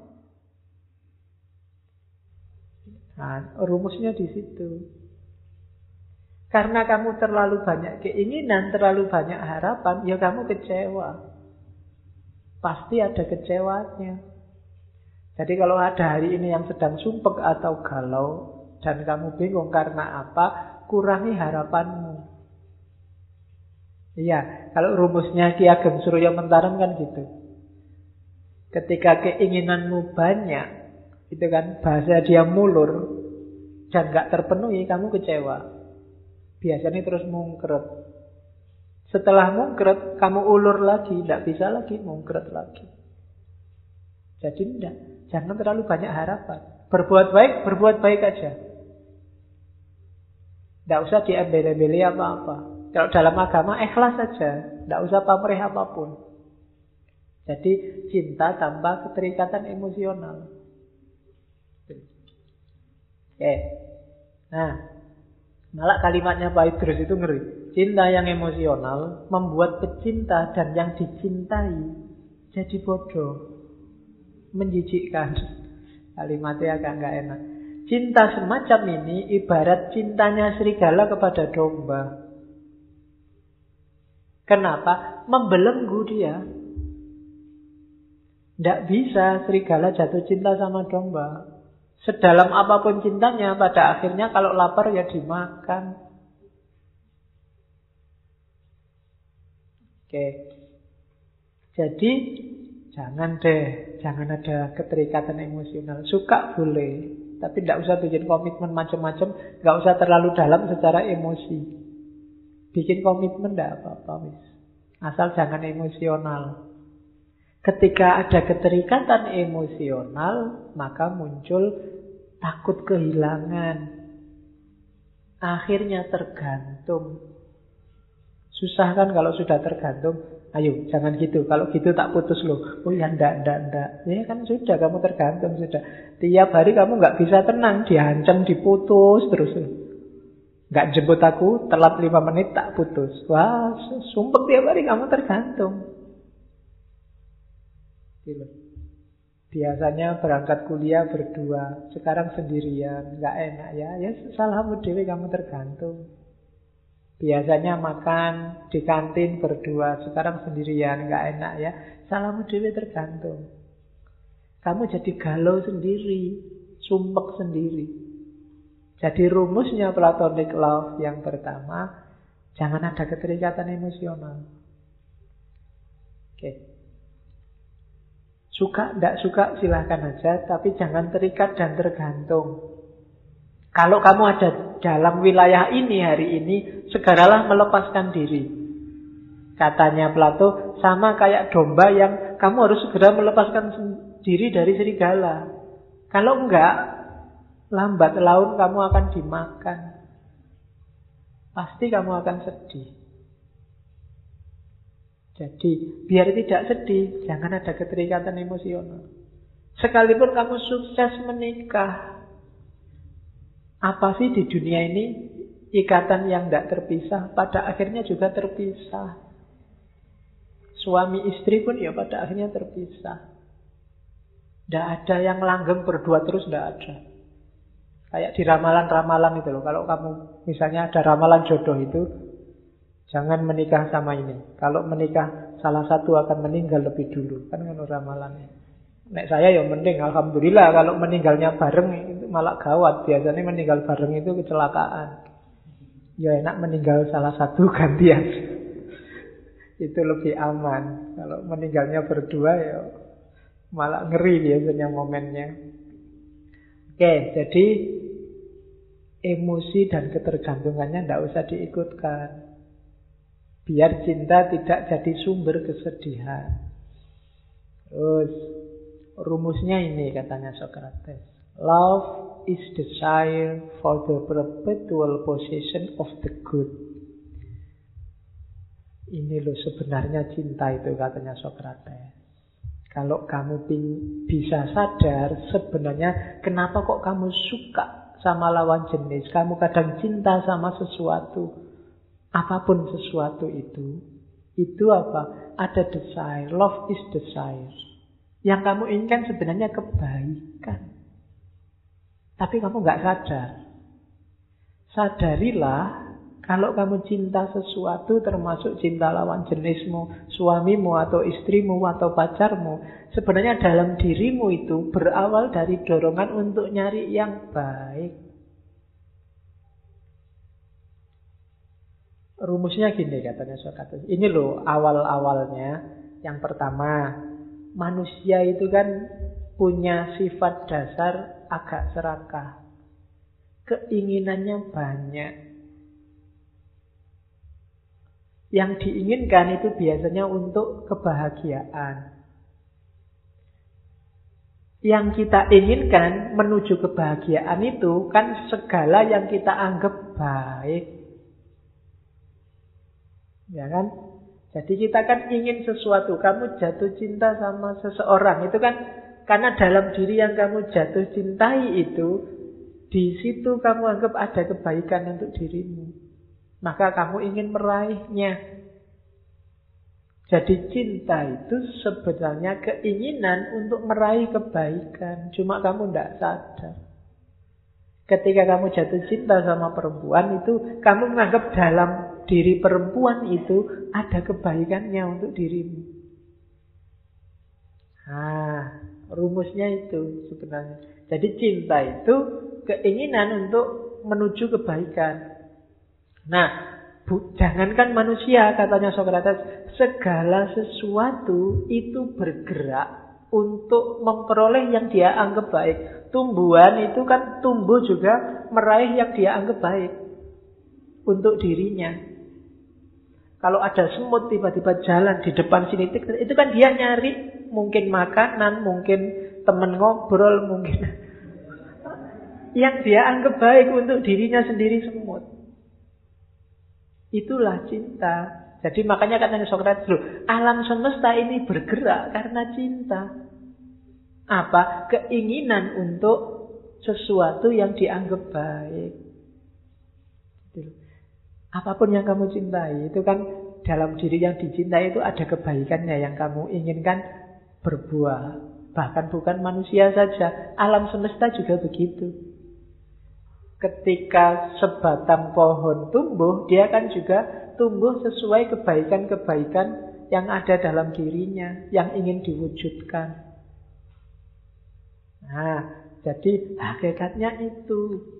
Nah, rumusnya di situ. Karena kamu terlalu banyak keinginan, terlalu banyak harapan, ya kamu kecewa. Pasti ada kecewanya. Jadi kalau ada hari ini yang sedang sumpek atau galau, dan kamu bingung karena apa, kurangi harapanmu. Iya, kalau rumusnya Ki Ageng Surya Mentarem kan gitu. Ketika keinginanmu banyak, itu kan bahasa dia mulur, dan gak terpenuhi, kamu kecewa. Biasanya terus mungkret. Setelah mungkret, kamu ulur lagi, tidak bisa lagi mungkret lagi. Jadi tidak, jangan terlalu banyak harapan. Berbuat baik, berbuat baik aja. Tidak usah diembel-embeli apa-apa. Kalau dalam agama ikhlas saja, tidak usah pamrih apapun. Jadi cinta tanpa keterikatan emosional. Oke. Nah, malah kalimatnya Phaedrus itu ngeri. Cinta yang emosional membuat pecinta dan yang dicintai jadi bodoh, menjijikkan. Kalimatnya agak nggak enak. Cinta semacam ini ibarat cintanya serigala kepada domba. Kenapa? Membelenggu dia. Tidak bisa serigala jatuh cinta sama domba. Sedalam apapun cintanya, pada akhirnya kalau lapar ya dimakan. Oke. Jadi jangan deh, jangan ada keterikatan emosional. Suka boleh, tapi tidak usah bikin komitmen macam-macam, nggak usah terlalu dalam secara emosi. Bikin komitmen tidak apa-apa, wis. Asal jangan emosional. Ketika ada keterikatan emosional, maka muncul takut kehilangan. Akhirnya tergantung. Susah kan kalau sudah tergantung. Ayo, jangan gitu. Kalau gitu tak putus loh. Oh ya, ndak, ndak, ndak. Ya kan sudah, kamu tergantung sudah. Tiap hari kamu nggak bisa tenang. Diancam, diputus terus. Nggak jemput aku, telat lima menit tak putus. Wah, sumpah tiap hari kamu tergantung. Biasanya berangkat kuliah berdua, sekarang sendirian, nggak enak ya. Ya salahmu dewe, kamu tergantung. Biasanya makan di kantin berdua, sekarang sendirian, nggak enak ya. Salahmu dewe, tergantung. Kamu jadi galau sendiri, sumpek sendiri. Jadi rumusnya platonic love yang pertama, jangan ada keterikatan emosional. Oke. Suka, tidak suka, silahkan aja. Tapi jangan terikat dan tergantung. Kalau kamu ada dalam wilayah ini hari ini, segeralah melepaskan diri. Katanya Plato, sama kayak domba yang kamu harus segera melepaskan diri dari serigala. Kalau enggak, lambat laun kamu akan dimakan. Pasti kamu akan sedih. Jadi, biar tidak sedih, jangan ada keterikatan emosional. Sekalipun kamu sukses menikah, apa sih di dunia ini ikatan yang tidak terpisah, pada akhirnya juga terpisah. Suami istri pun ya pada akhirnya terpisah. Tidak ada yang langgeng berdua terus, tidak ada. Kayak di ramalan-ramalan itu loh. Kalau kamu misalnya ada ramalan jodoh itu, jangan menikah sama ini. Kalau menikah, salah satu akan meninggal lebih dulu. Kan menurut ramalannya. Nek saya ya mending, alhamdulillah. Kalau meninggalnya bareng, itu malah gawat. Biasanya meninggal bareng itu kecelakaan. Ya enak meninggal salah satu gantian. Itu lebih aman. Kalau meninggalnya berdua, ya malah ngeri biasanya momennya. Oke, jadi emosi dan ketergantungannya tidak usah diikutkan. Biar cinta tidak jadi sumber kesedihan. Terus rumusnya ini katanya Socrates. Love is desire for the perpetual possession of the good. Ini loh sebenarnya cinta itu katanya Socrates. Kalau kamu bisa sadar sebenarnya kenapa kok kamu suka sama lawan jenis. Kamu kadang cinta sama sesuatu. Apapun sesuatu itu, itu apa? Ada desire. Love is desire. Yang kamu inginkan sebenarnya kebaikan. Tapi kamu nggak sadar. Sadarilah, kalau kamu cinta sesuatu, termasuk cinta lawan jenismu, suamimu atau istrimu atau pacarmu, sebenarnya dalam dirimu itu berawal dari dorongan untuk nyari yang baik. Rumusnya gini katanya Socrates. Ini loh awal-awalnya. Yang pertama, manusia itu kan punya sifat dasar agak serakah. Keinginannya banyak. Yang diinginkan itu biasanya untuk kebahagiaan. Yang kita inginkan menuju kebahagiaan itu kan segala yang kita anggap baik. Ya kan? Jadi kita kan ingin sesuatu. Kamu jatuh cinta sama seseorang. Itu kan karena dalam diri yang kamu jatuh cintai itu, di situ kamu anggap ada kebaikan untuk dirimu. Maka kamu ingin meraihnya. Jadi cinta itu sebenarnya keinginan untuk meraih kebaikan. Cuma kamu tidak sadar. Ketika kamu jatuh cinta sama perempuan itu, kamu menganggap dalam diri perempuan itu ada kebaikannya untuk dirimu. Nah, rumusnya itu sebenarnya. Jadi cinta itu keinginan untuk menuju kebaikan. Nah, bu, jangankan manusia, katanya Socrates, segala sesuatu itu bergerak untuk memperoleh yang dia anggap baik. Tumbuhan itu kan tumbuh juga meraih yang dia anggap baik untuk dirinya. Kalau ada semut tiba-tiba jalan di depan sini, itu kan dia nyari mungkin makanan, mungkin teman ngobrol, mungkin yang dia anggap baik untuk dirinya sendiri semut. Itulah cinta. Jadi makanya katanya Socrates, alam semesta ini bergerak karena cinta. Apa? Keinginan untuk sesuatu yang dianggap baik. Apapun yang kamu cintai, itu kan dalam diri yang dicintai itu ada kebaikannya yang kamu inginkan berbuah. Bahkan bukan manusia saja, alam semesta juga begitu. Ketika sebatang pohon tumbuh, dia kan juga tumbuh sesuai kebaikan-kebaikan yang ada dalam dirinya, yang ingin diwujudkan. Nah, jadi hakikatnya itu.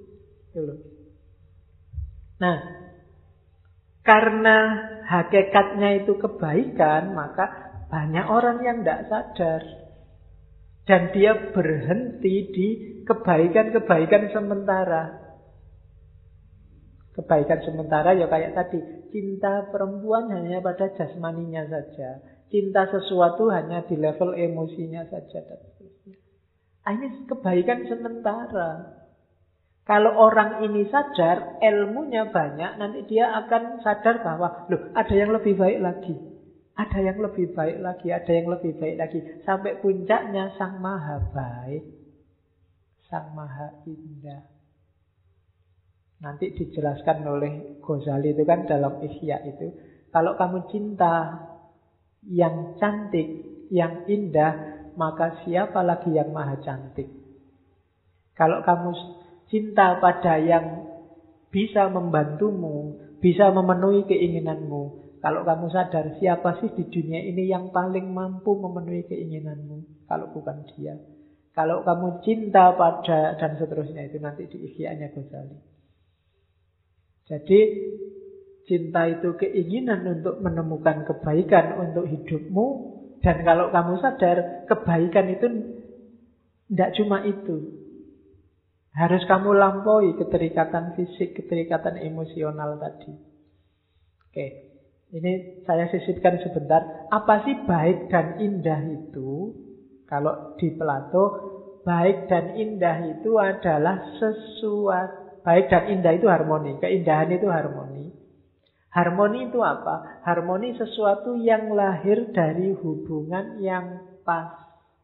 Nah, karena hakikatnya itu kebaikan, maka banyak orang yang tidak sadar. Dan dia berhenti di kebaikan-kebaikan sementara. Kebaikan sementara ya kayak tadi, cinta perempuan hanya pada jasmaninya saja, cinta sesuatu hanya di level emosinya saja dan seterusnya. Ini kebaikan sementara. Kalau orang ini sadar, ilmunya banyak, nanti dia akan sadar bahwa loh, ada yang lebih baik lagi, ada yang lebih baik lagi, ada yang lebih baik lagi, sampai puncaknya Sang Maha Baik, Sang Maha Indah. Nanti dijelaskan oleh Ghazali itu kan dalam Ihya itu. Kalau kamu cinta yang cantik, yang indah, maka siapa lagi yang maha cantik? Kalau kamu cinta pada yang bisa membantumu, bisa memenuhi keinginanmu, kalau kamu sadar siapa sih di dunia ini yang paling mampu memenuhi keinginanmu, kalau bukan dia. Kalau kamu cinta pada dan seterusnya, itu nanti di Ihya-nya Ghazali. Jadi cinta itu keinginan untuk menemukan kebaikan untuk hidupmu. Dan kalau kamu sadar kebaikan itu tidak cuma itu. Harus kamu lampaui keterikatan fisik, keterikatan emosional tadi. Oke, ini saya sisipkan sebentar. Apa sih baik dan indah itu? Kalau di Plato, baik dan indah itu adalah sesuatu. Baik dan indah itu harmoni, keindahan itu harmoni. Harmoni itu apa? Harmoni sesuatu yang lahir dari hubungan yang pas.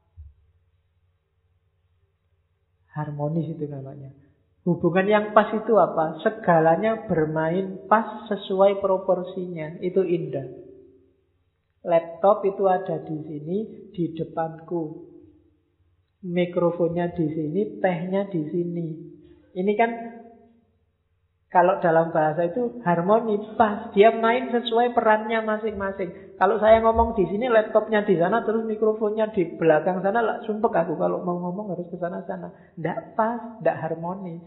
Harmonis itu namanya. Hubungan yang pas itu apa? Segalanya bermain pas sesuai proporsinya. Itu indah. Laptop itu ada di sini, di depanku. Mikrofonnya di sini, tehnya di sini. Ini kan kalau dalam bahasa itu harmoni, pas. Dia main sesuai perannya masing-masing. Kalau saya ngomong di sini, laptopnya di sana, terus mikrofonnya di belakang sana, lah sumpek aku kalau mau ngomong harus ke sana-sana. Tidak pas, tidak harmonis.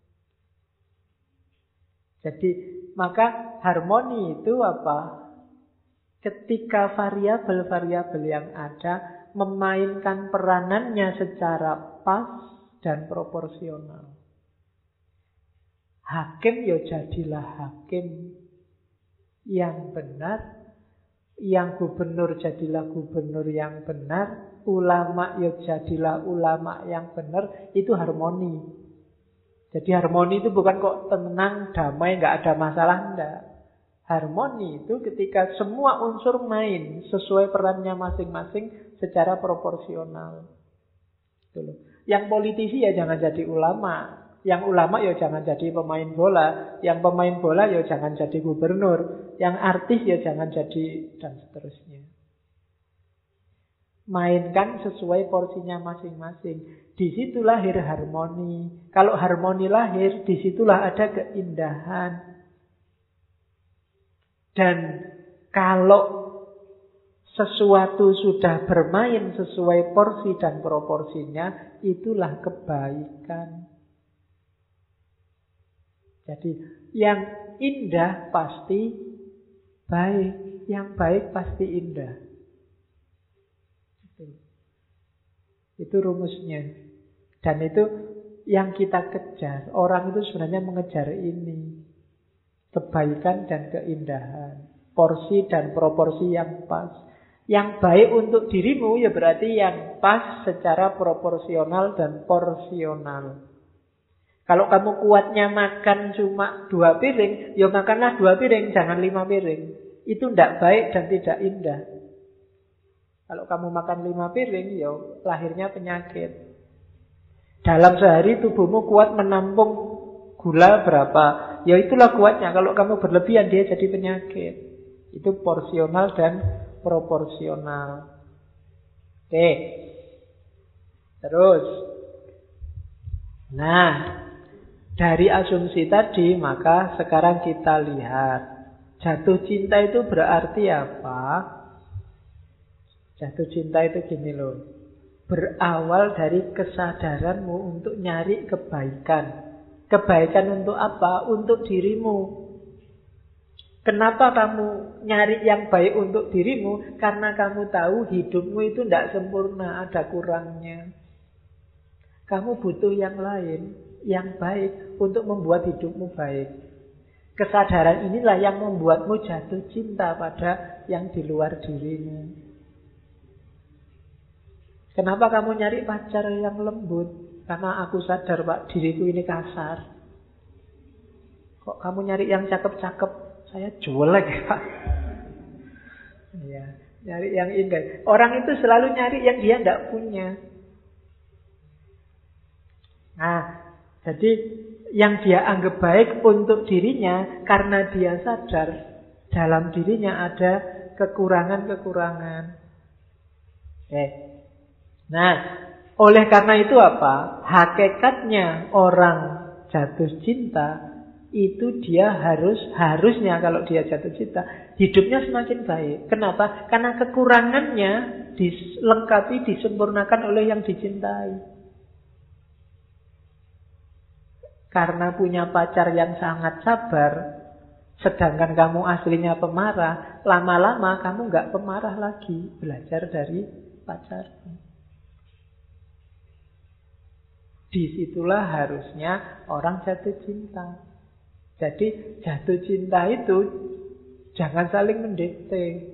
Jadi, maka harmoni itu apa? Ketika variabel-variabel yang ada memainkan peranannya secara pas dan proporsional. Hakim ya jadilah hakim yang benar, yang gubernur jadilah gubernur yang benar, ulama ya jadilah ulama yang benar. Itu harmoni. Jadi harmoni itu bukan kok tenang, damai, nggak ada masalah, enggak. Harmoni itu ketika semua unsur main sesuai perannya masing-masing secara proporsional. Yang politisi ya jangan jadi ulama. Yang ulama ya jangan jadi pemain bola. Yang pemain bola ya jangan jadi gubernur. Yang artis ya jangan jadi dan seterusnya. Mainkan sesuai porsinya masing-masing. Di situ lahir harmoni. Kalau harmoni lahir, disitulah ada keindahan. Dan kalau sesuatu sudah bermain sesuai porsi dan proporsinya, itulah kebaikan. Jadi yang indah pasti baik, yang baik pasti indah. Itu, itu rumusnya. Dan itu yang kita kejar. Orang itu sebenarnya mengejar ini. Kebaikan dan keindahan. Porsi dan proporsi yang pas. Yang baik untuk dirimu ya berarti yang pas secara proporsional dan porsional. Kalau kamu kuatnya makan cuma dua piring, ya makanlah dua piring, jangan lima piring. Itu tidak baik dan tidak indah. Kalau kamu makan lima piring, ya lahirnya penyakit. Dalam sehari tubuhmu kuat menampung gula berapa, ya itulah kuatnya. Kalau kamu berlebihan, dia jadi penyakit. Itu porsional dan proporsional. Oke. Terus. Nah, dari asumsi tadi, maka sekarang kita lihat. Jatuh cinta itu berarti apa? Jatuh cinta itu gini loh. Berawal dari kesadaranmu untuk nyari kebaikan. Kebaikan untuk apa? Untuk dirimu. Kenapa kamu nyari yang baik untuk dirimu? Karena kamu tahu hidupmu itu tidak sempurna, ada kurangnya. Kamu butuh yang lain, yang baik untuk membuat hidupmu baik. Kesadaran inilah yang membuatmu jatuh cinta pada yang di luar dirimu. Kenapa kamu nyari pacar yang lembut? Karena aku sadar, Pak, diriku ini kasar. Kok kamu nyari yang cakep-cakep? Saya jelek, Pak. Ya, nyari yang indah. Orang itu selalu nyari yang dia tidak punya. Nah, jadi yang dia anggap baik untuk dirinya karena dia sadar dalam dirinya ada kekurangan-kekurangan. Oke. Nah, oleh karena itu apa? Hakikatnya orang jatuh cinta itu dia harus, harusnya kalau dia jatuh cinta, hidupnya semakin baik. Kenapa? Karena kekurangannya dilengkapi, disempurnakan oleh yang dicintai. Karena punya pacar yang sangat sabar, sedangkan kamu aslinya pemarah, lama-lama kamu nggak pemarah lagi. Belajar dari pacarmu. Disitulah harusnya orang jatuh cinta. Jadi jatuh cinta itu jangan saling mendikte.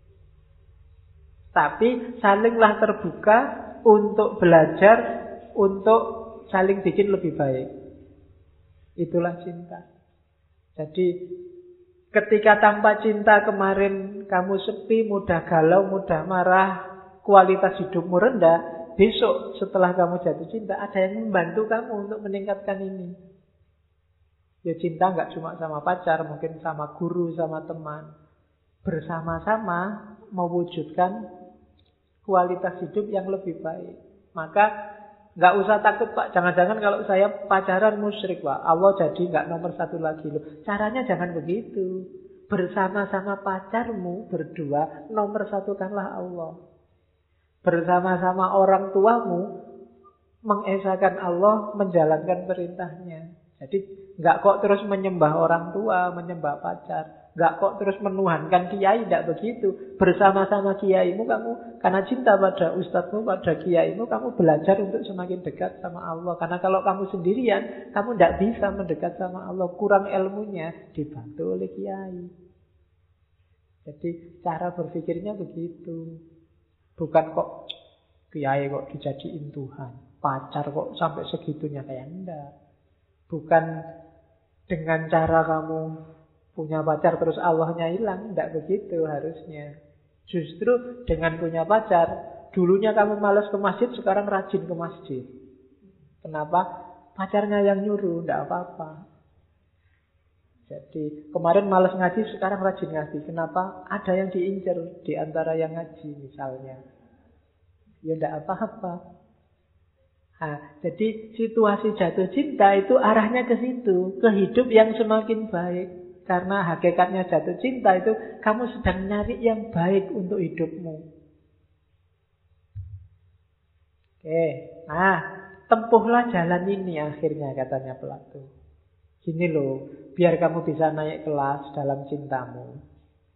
Tapi salinglah terbuka untuk belajar, untuk saling bikin lebih baik. Itulah cinta. Jadi ketika tanpa cinta kemarin kamu sepi, mudah galau, mudah marah, kualitas hidupmu rendah, besok setelah kamu jatuh cinta ada yang membantu kamu untuk meningkatkan ini. Ya cinta nggak cuma sama pacar, mungkin sama guru, sama teman. Bersama-sama mewujudkan kualitas hidup yang lebih baik. Maka nggak usah takut, Pak. Jangan-jangan kalau saya pacaran musyrik, Pak. Allah jadi nggak nomor satu lagi loh. Caranya jangan begitu. Bersama-sama pacarmu berdua, nomor satukanlah Allah. Bersama-sama orang tuamu, mengesahkan Allah, menjalankan perintahnya. Jadi nggak kok terus menyembah orang tua, menyembah pacar. Nggak kok terus menuhankan kiai, tidak begitu. Bersama-sama kiaimu kamu, karena cinta pada ustadzmu, pada kiaimu, kamu belajar untuk semakin dekat sama Allah. Karena kalau kamu sendirian, kamu tidak bisa mendekat sama Allah. Kurang ilmunya, dibantu oleh kiai. Jadi cara berpikirnya begitu. Bukan kok kiai kok dijadiin Tuhan, pacar kok sampai segitunya, kayak enggak. Bukan dengan cara kamu punya pacar terus Allahnya hilang. Tidak begitu harusnya. Justru dengan punya pacar, dulunya kamu malas ke masjid, sekarang rajin ke masjid. Kenapa? Pacarnya yang nyuruh, tidak apa-apa. Jadi kemarin malas ngaji, sekarang rajin ngaji. Kenapa? Ada yang diincar di antara yang ngaji misalnya. Ya tidak apa-apa. Nah, jadi situasi jatuh cinta itu arahnya ke situ, ke hidup yang semakin baik. Karena hakikatnya jatuh cinta itu kamu sedang nyari yang baik untuk hidupmu. Oke, nah tempuhlah jalan ini akhirnya, katanya Plato. Gini loh, biar kamu bisa naik kelas dalam cintamu.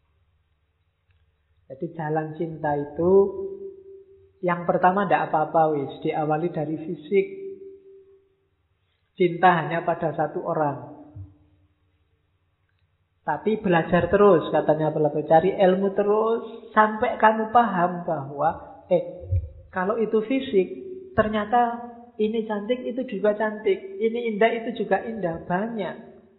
Jadi jalan cinta itu yang pertama tidak apa-apa wis, diawali dari fisik. Cinta hanya pada satu orang. Tapi belajar terus, katanya Plato, cari ilmu terus sampai kamu paham bahwa eh kalau itu fisik, ternyata ini cantik, itu juga cantik, ini indah, itu juga indah, banyak.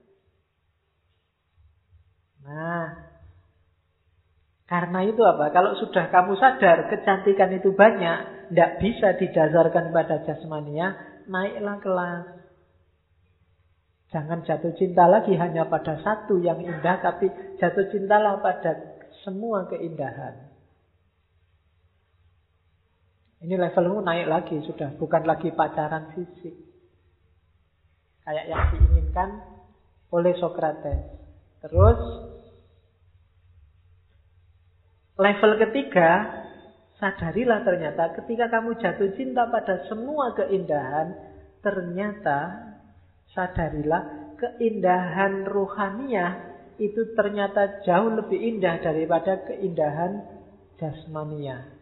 Nah, karena itu apa? Kalau sudah kamu sadar kecantikan itu banyak, tidak bisa didasarkan pada jasmania, naiklah kelas. Jangan jatuh cinta lagi hanya pada satu yang indah, tapi jatuh cintalah pada semua keindahan. Ini levelmu naik lagi sudah, bukan lagi pacaran fisik. Kayak yang diinginkan oleh Socrates. Terus level ketiga, sadarilah ternyata ketika kamu jatuh cinta pada semua keindahan, ternyata sadarilah keindahan ruhaniah itu ternyata jauh lebih indah daripada keindahan jasmania.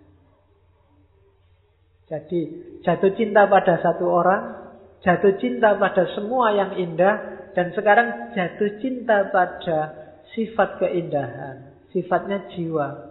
Jadi jatuh cinta pada satu orang, jatuh cinta pada semua yang indah, dan sekarang jatuh cinta pada sifat keindahan, sifatnya jiwa.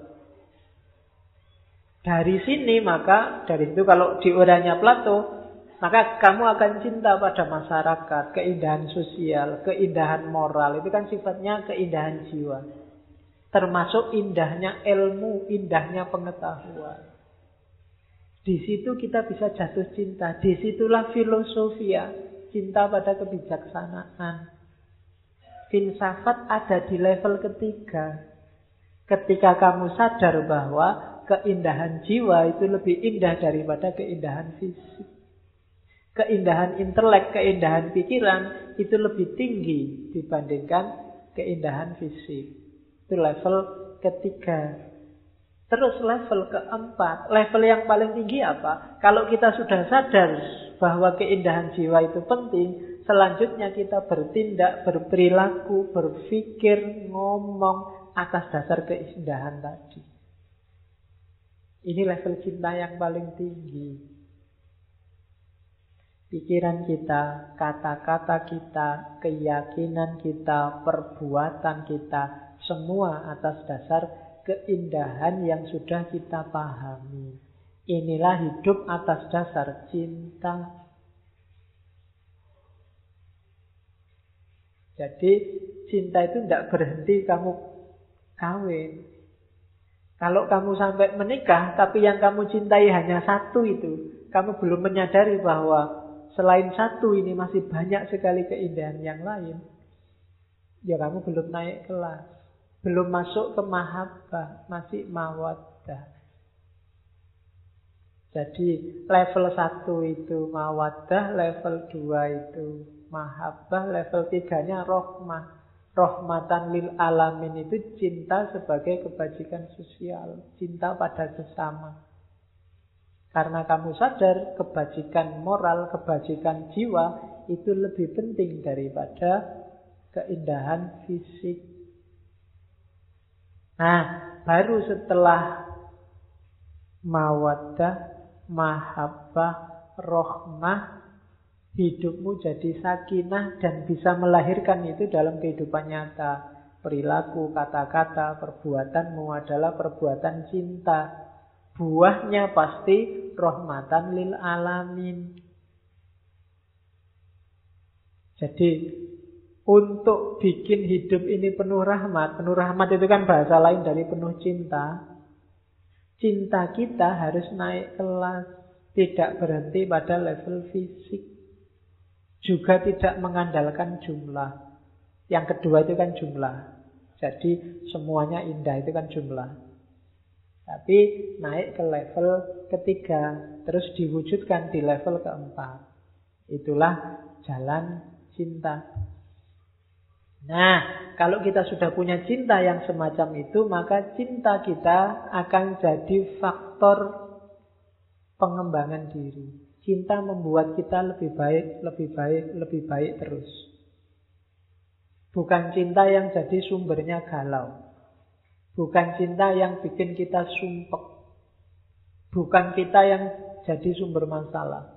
Dari sini maka, dari itu kalau diurainya Plato, maka kamu akan cinta pada masyarakat, keindahan sosial, keindahan moral. Itu kan sifatnya keindahan jiwa. Termasuk indahnya ilmu, indahnya pengetahuan. Di situ kita bisa jatuh cinta. Disitulah filosofia, cinta pada kebijaksanaan. Filsafat ada di level ketiga. Ketika kamu sadar bahwa keindahan jiwa itu lebih indah daripada keindahan fisik. Keindahan intelek, keindahan pikiran itu lebih tinggi dibandingkan keindahan fisik. Itu level ketiga. Terus level keempat, level yang paling tinggi apa? Kalau kita sudah sadar bahwa keindahan jiwa itu penting, selanjutnya kita bertindak, berperilaku, berpikir, ngomong atas dasar keindahan tadi. Ini level cinta yang paling tinggi. Pikiran kita, kata-kata kita, keyakinan kita, perbuatan kita, semua atas dasar keindahan yang sudah kita pahami. Inilah hidup atas dasar cinta. Jadi cinta itu tidak berhenti kamu kawin. Kalau kamu sampai menikah, tapi yang kamu cintai hanya satu itu, kamu belum menyadari bahwa selain satu ini masih banyak sekali keindahan yang lain. Ya kamu belum naik kelas. Belum masuk ke mahabbah, masih mawaddah. Jadi level satu itu mawaddah, level dua itu mahabbah, level tiganya rohmah. Rohmatan lil alamin itu cinta sebagai kebajikan sosial, cinta pada sesama. Karena kamu sadar kebajikan moral, kebajikan jiwa itu lebih penting daripada keindahan fisik. Nah, baru setelah mawaddah, mahabbah, rohmah, hidupmu jadi sakinah dan bisa melahirkan itu dalam kehidupan nyata. Perilaku, kata-kata, perbuatanmu adalah perbuatan cinta. Buahnya pasti rahmatan lil alamin. Jadi untuk bikin hidup ini penuh rahmat. Penuh rahmat itu kan bahasa lain dari penuh cinta. Cinta kita harus naik kelas. Tidak berhenti pada level fisik. Juga tidak mengandalkan jumlah. Yang kedua itu kan jumlah. Jadi semuanya indah itu kan jumlah. Tapi naik ke level ketiga. Terus diwujudkan di level keempat. Itulah jalan cinta. Nah, kalau kita sudah punya cinta yang semacam itu, maka cinta kita akan jadi faktor pengembangan diri. Cinta membuat kita lebih baik, lebih baik, lebih baik terus. Bukan cinta yang jadi sumbernya galau. Bukan cinta yang bikin kita sumpek. Bukan kita yang jadi sumber masalah.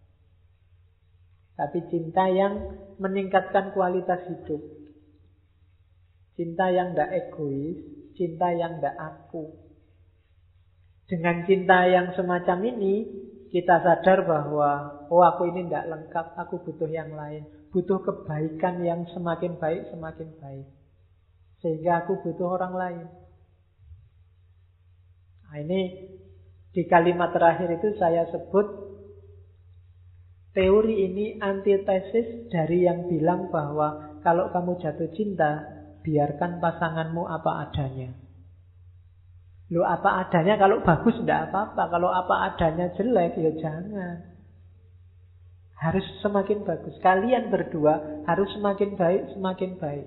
Tapi cinta yang meningkatkan kualitas hidup. Cinta yang tidak egois, cinta yang tidak aku. Dengan cinta yang semacam ini, kita sadar bahwa, oh aku ini tidak lengkap, aku butuh yang lain. Butuh kebaikan yang semakin baik, semakin baik. Sehingga aku butuh orang lain. Nah ini, di kalimat terakhir itu saya sebut, teori ini antitesis dari yang bilang bahwa kalau kamu jatuh cinta, biarkan pasanganmu apa adanya. Lu apa adanya kalau bagus tidak apa-apa. Kalau apa adanya jelek ya jangan. Harus semakin bagus. Kalian berdua harus semakin baik, semakin baik.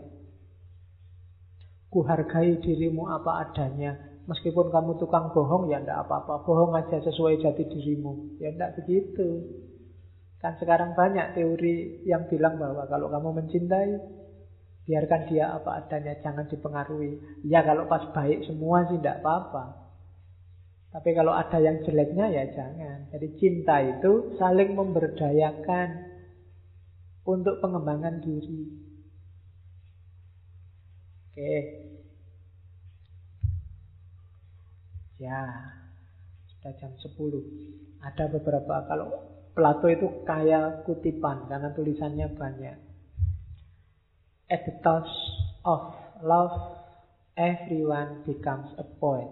Ku hargai dirimu apa adanya. Meskipun kamu tukang bohong ya tidak apa-apa. Bohong aja sesuai jati dirimu. Ya tidak begitu. Kan sekarang banyak teori yang bilang bahwa kalau kamu mencintai, biarkan dia apa adanya, jangan dipengaruhi. Ya kalau pas baik semua sih tidak apa-apa. Tapi kalau ada yang jeleknya ya jangan. Jadi cinta itu saling memberdayakan untuk pengembangan diri. Oke. Ya, sudah jam sepuluh. Ada beberapa, kalau Plato itu kaya kutipan karena tulisannya banyak. At the touch of love, everyone becomes a poet.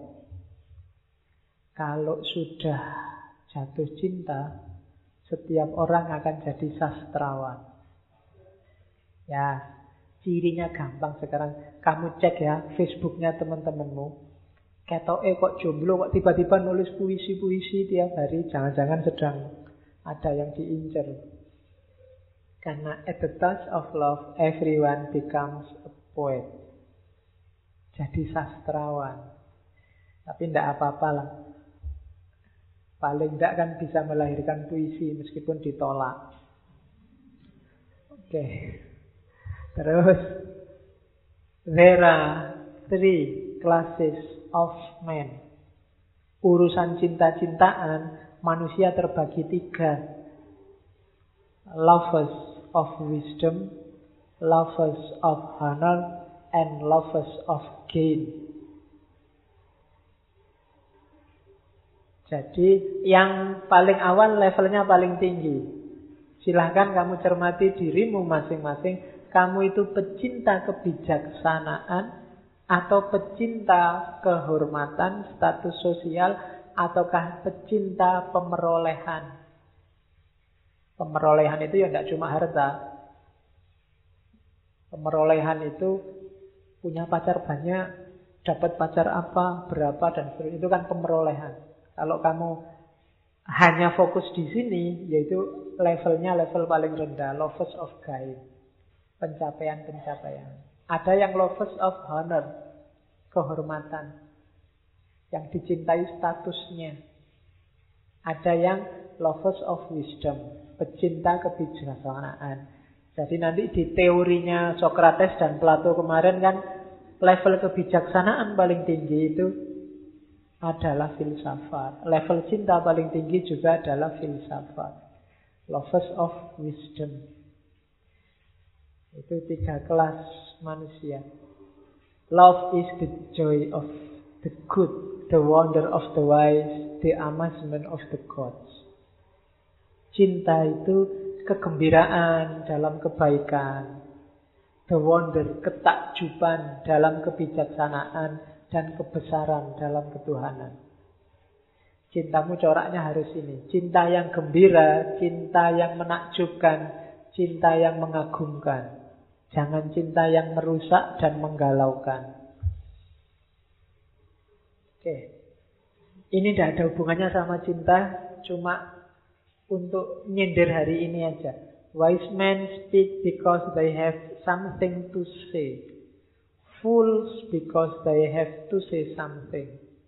Kalau sudah jatuh cinta, setiap orang akan jadi sastrawan. Ya, cirinya gampang sekarang. Kamu cek ya Facebooknya teman-temanmu. Ketoke kok jomblo, kok tiba-tiba nulis puisi-puisi tiap hari. Jangan-jangan sedang ada yang diincar. Karena at the touch of love, everyone becomes a poet. Jadi sastrawan. Tapi tidak apa-apa lah. Paling tidak kan bisa melahirkan puisi meskipun ditolak. Oke. Terus. There are three classes of men. Urusan cinta-cintaan, manusia terbagi tiga. Lovers of wisdom, lovers of honor, and lovers of gain. Jadi yang paling awal levelnya paling tinggi. Silahkan kamu cermati dirimu masing-masing. Kamu itu pecinta kebijaksanaan atau pecinta kehormatan, status sosial, ataukah pecinta pemerolehan. Pemerolehan itu ya tidak cuma harta. Pemerolehan itu punya pacar banyak, dapat pacar apa, berapa, dan seterusnya. Itu kan pemerolehan. Kalau kamu hanya fokus di sini, yaitu levelnya level paling rendah, lovers of gain, pencapaian-pencapaian. Ada yang lovers of honor, kehormatan, yang dicintai statusnya. Ada yang lovers of wisdom, pecinta kebijaksanaan. Jadi nanti di teorinya Socrates dan Plato kemarin kan level kebijaksanaan paling tinggi itu adalah filsafat. Level cinta paling tinggi juga adalah filsafat. Lovers of wisdom. Itu tiga kelas manusia. Love is the joy of the good, the wonder of the wise, the amazement of the gods. Cinta itu kegembiraan dalam kebaikan, the wonder, ketakjuban dalam kebijaksanaan, dan kebesaran dalam ketuhanan. Cintamu coraknya harus ini. Cinta yang gembira, cinta yang menakjubkan, cinta yang mengagumkan. Jangan cinta yang merusak dan menggalaukan. Oke. Ini tidak ada hubungannya sama cinta, cuma untuk nyindir hari ini aja. Wise men speak because they have something to say. Fools because they have to say something.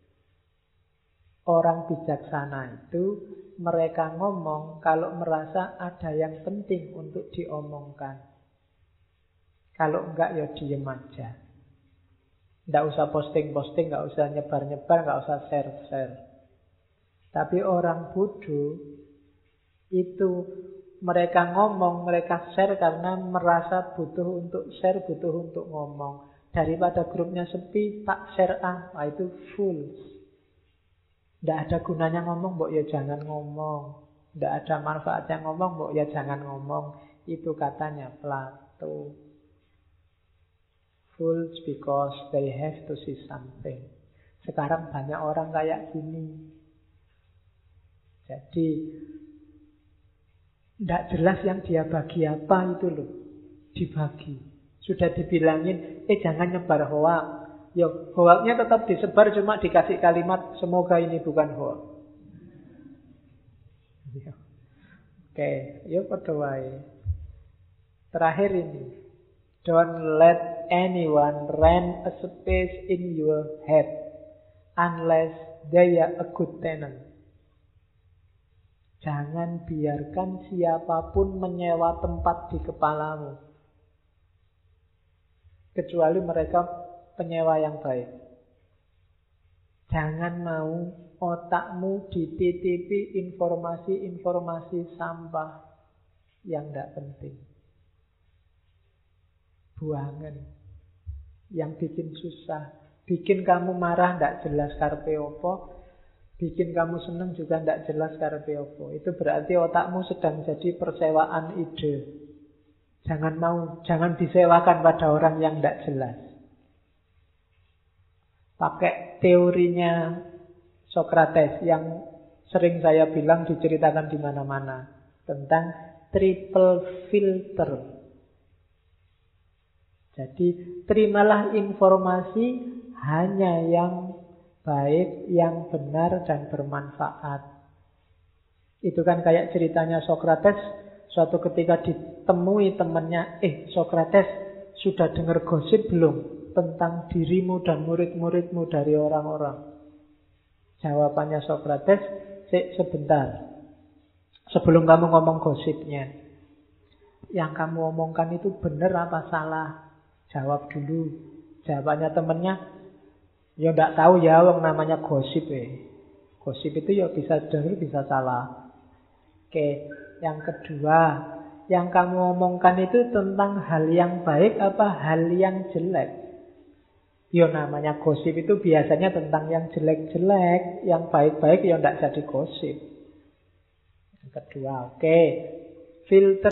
Orang bijaksana itu mereka ngomong kalau merasa ada yang penting untuk diomongkan. Kalau enggak ya diem aja. Tidak usah posting-posting, tidak usah nyebar-nyebar, tidak usah share-share. Tapi orang bodoh itu mereka ngomong, mereka share karena merasa butuh untuk share, butuh untuk ngomong. Daripada grupnya sepi, tak share ah, nah itu fools. Tidak ada gunanya ngomong, mbok ya jangan ngomong. Tidak ada manfaatnya ngomong, mbok ya jangan ngomong. Itu katanya Plato. Fools because they have to see something. Sekarang banyak orang kayak gini. Jadi tidak jelas yang dia bagi apa itu loh. Dibagi. Sudah dibilangin, eh jangan nyebar hoak. Ya, hoaknya tetap disebar, cuma dikasih kalimat semoga ini bukan hoak. Ya. Oke, ya padha wae. Terakhir ini. Don't let anyone rent a space in your head unless they are a good tenant. Jangan biarkan siapapun menyewa tempat di kepalamu, kecuali mereka penyewa yang baik. Jangan mau otakmu dititipi informasi-informasi sampah yang tidak penting. Buangan. Yang bikin susah. Bikin kamu marah tidak jelas karepe opo. Bikin kamu senang juga tidak jelas karepe opo. Itu berarti otakmu sedang jadi persewaan ide. Jangan mau, jangan disewakan pada orang yang tidak jelas. Pakai teorinya Socrates yang sering saya bilang diceritakan di mana-mana tentang triple filter. Jadi terimalah informasi hanya yang baik, yang benar dan bermanfaat. Itu kan kayak ceritanya Socrates. Suatu ketika ditemui temannya, eh Socrates, sudah dengar gosip belum tentang dirimu dan murid-muridmu dari orang-orang? Jawabannya Socrates, "Sik sebentar. Sebelum kamu ngomong gosipnya, yang kamu omongkan itu benar apa salah? Jawab dulu." Jawabannya temennya, "Ya enggak tahu ya, wong namanya gosip eh. Gosip itu ya bisa benar bisa salah." Oke, yang kedua, yang kamu omongkan itu tentang hal yang baik apa hal yang jelek? Ya namanya gosip itu biasanya tentang yang jelek-jelek, yang baik-baik ya enggak jadi gosip. Yang kedua, oke. Filter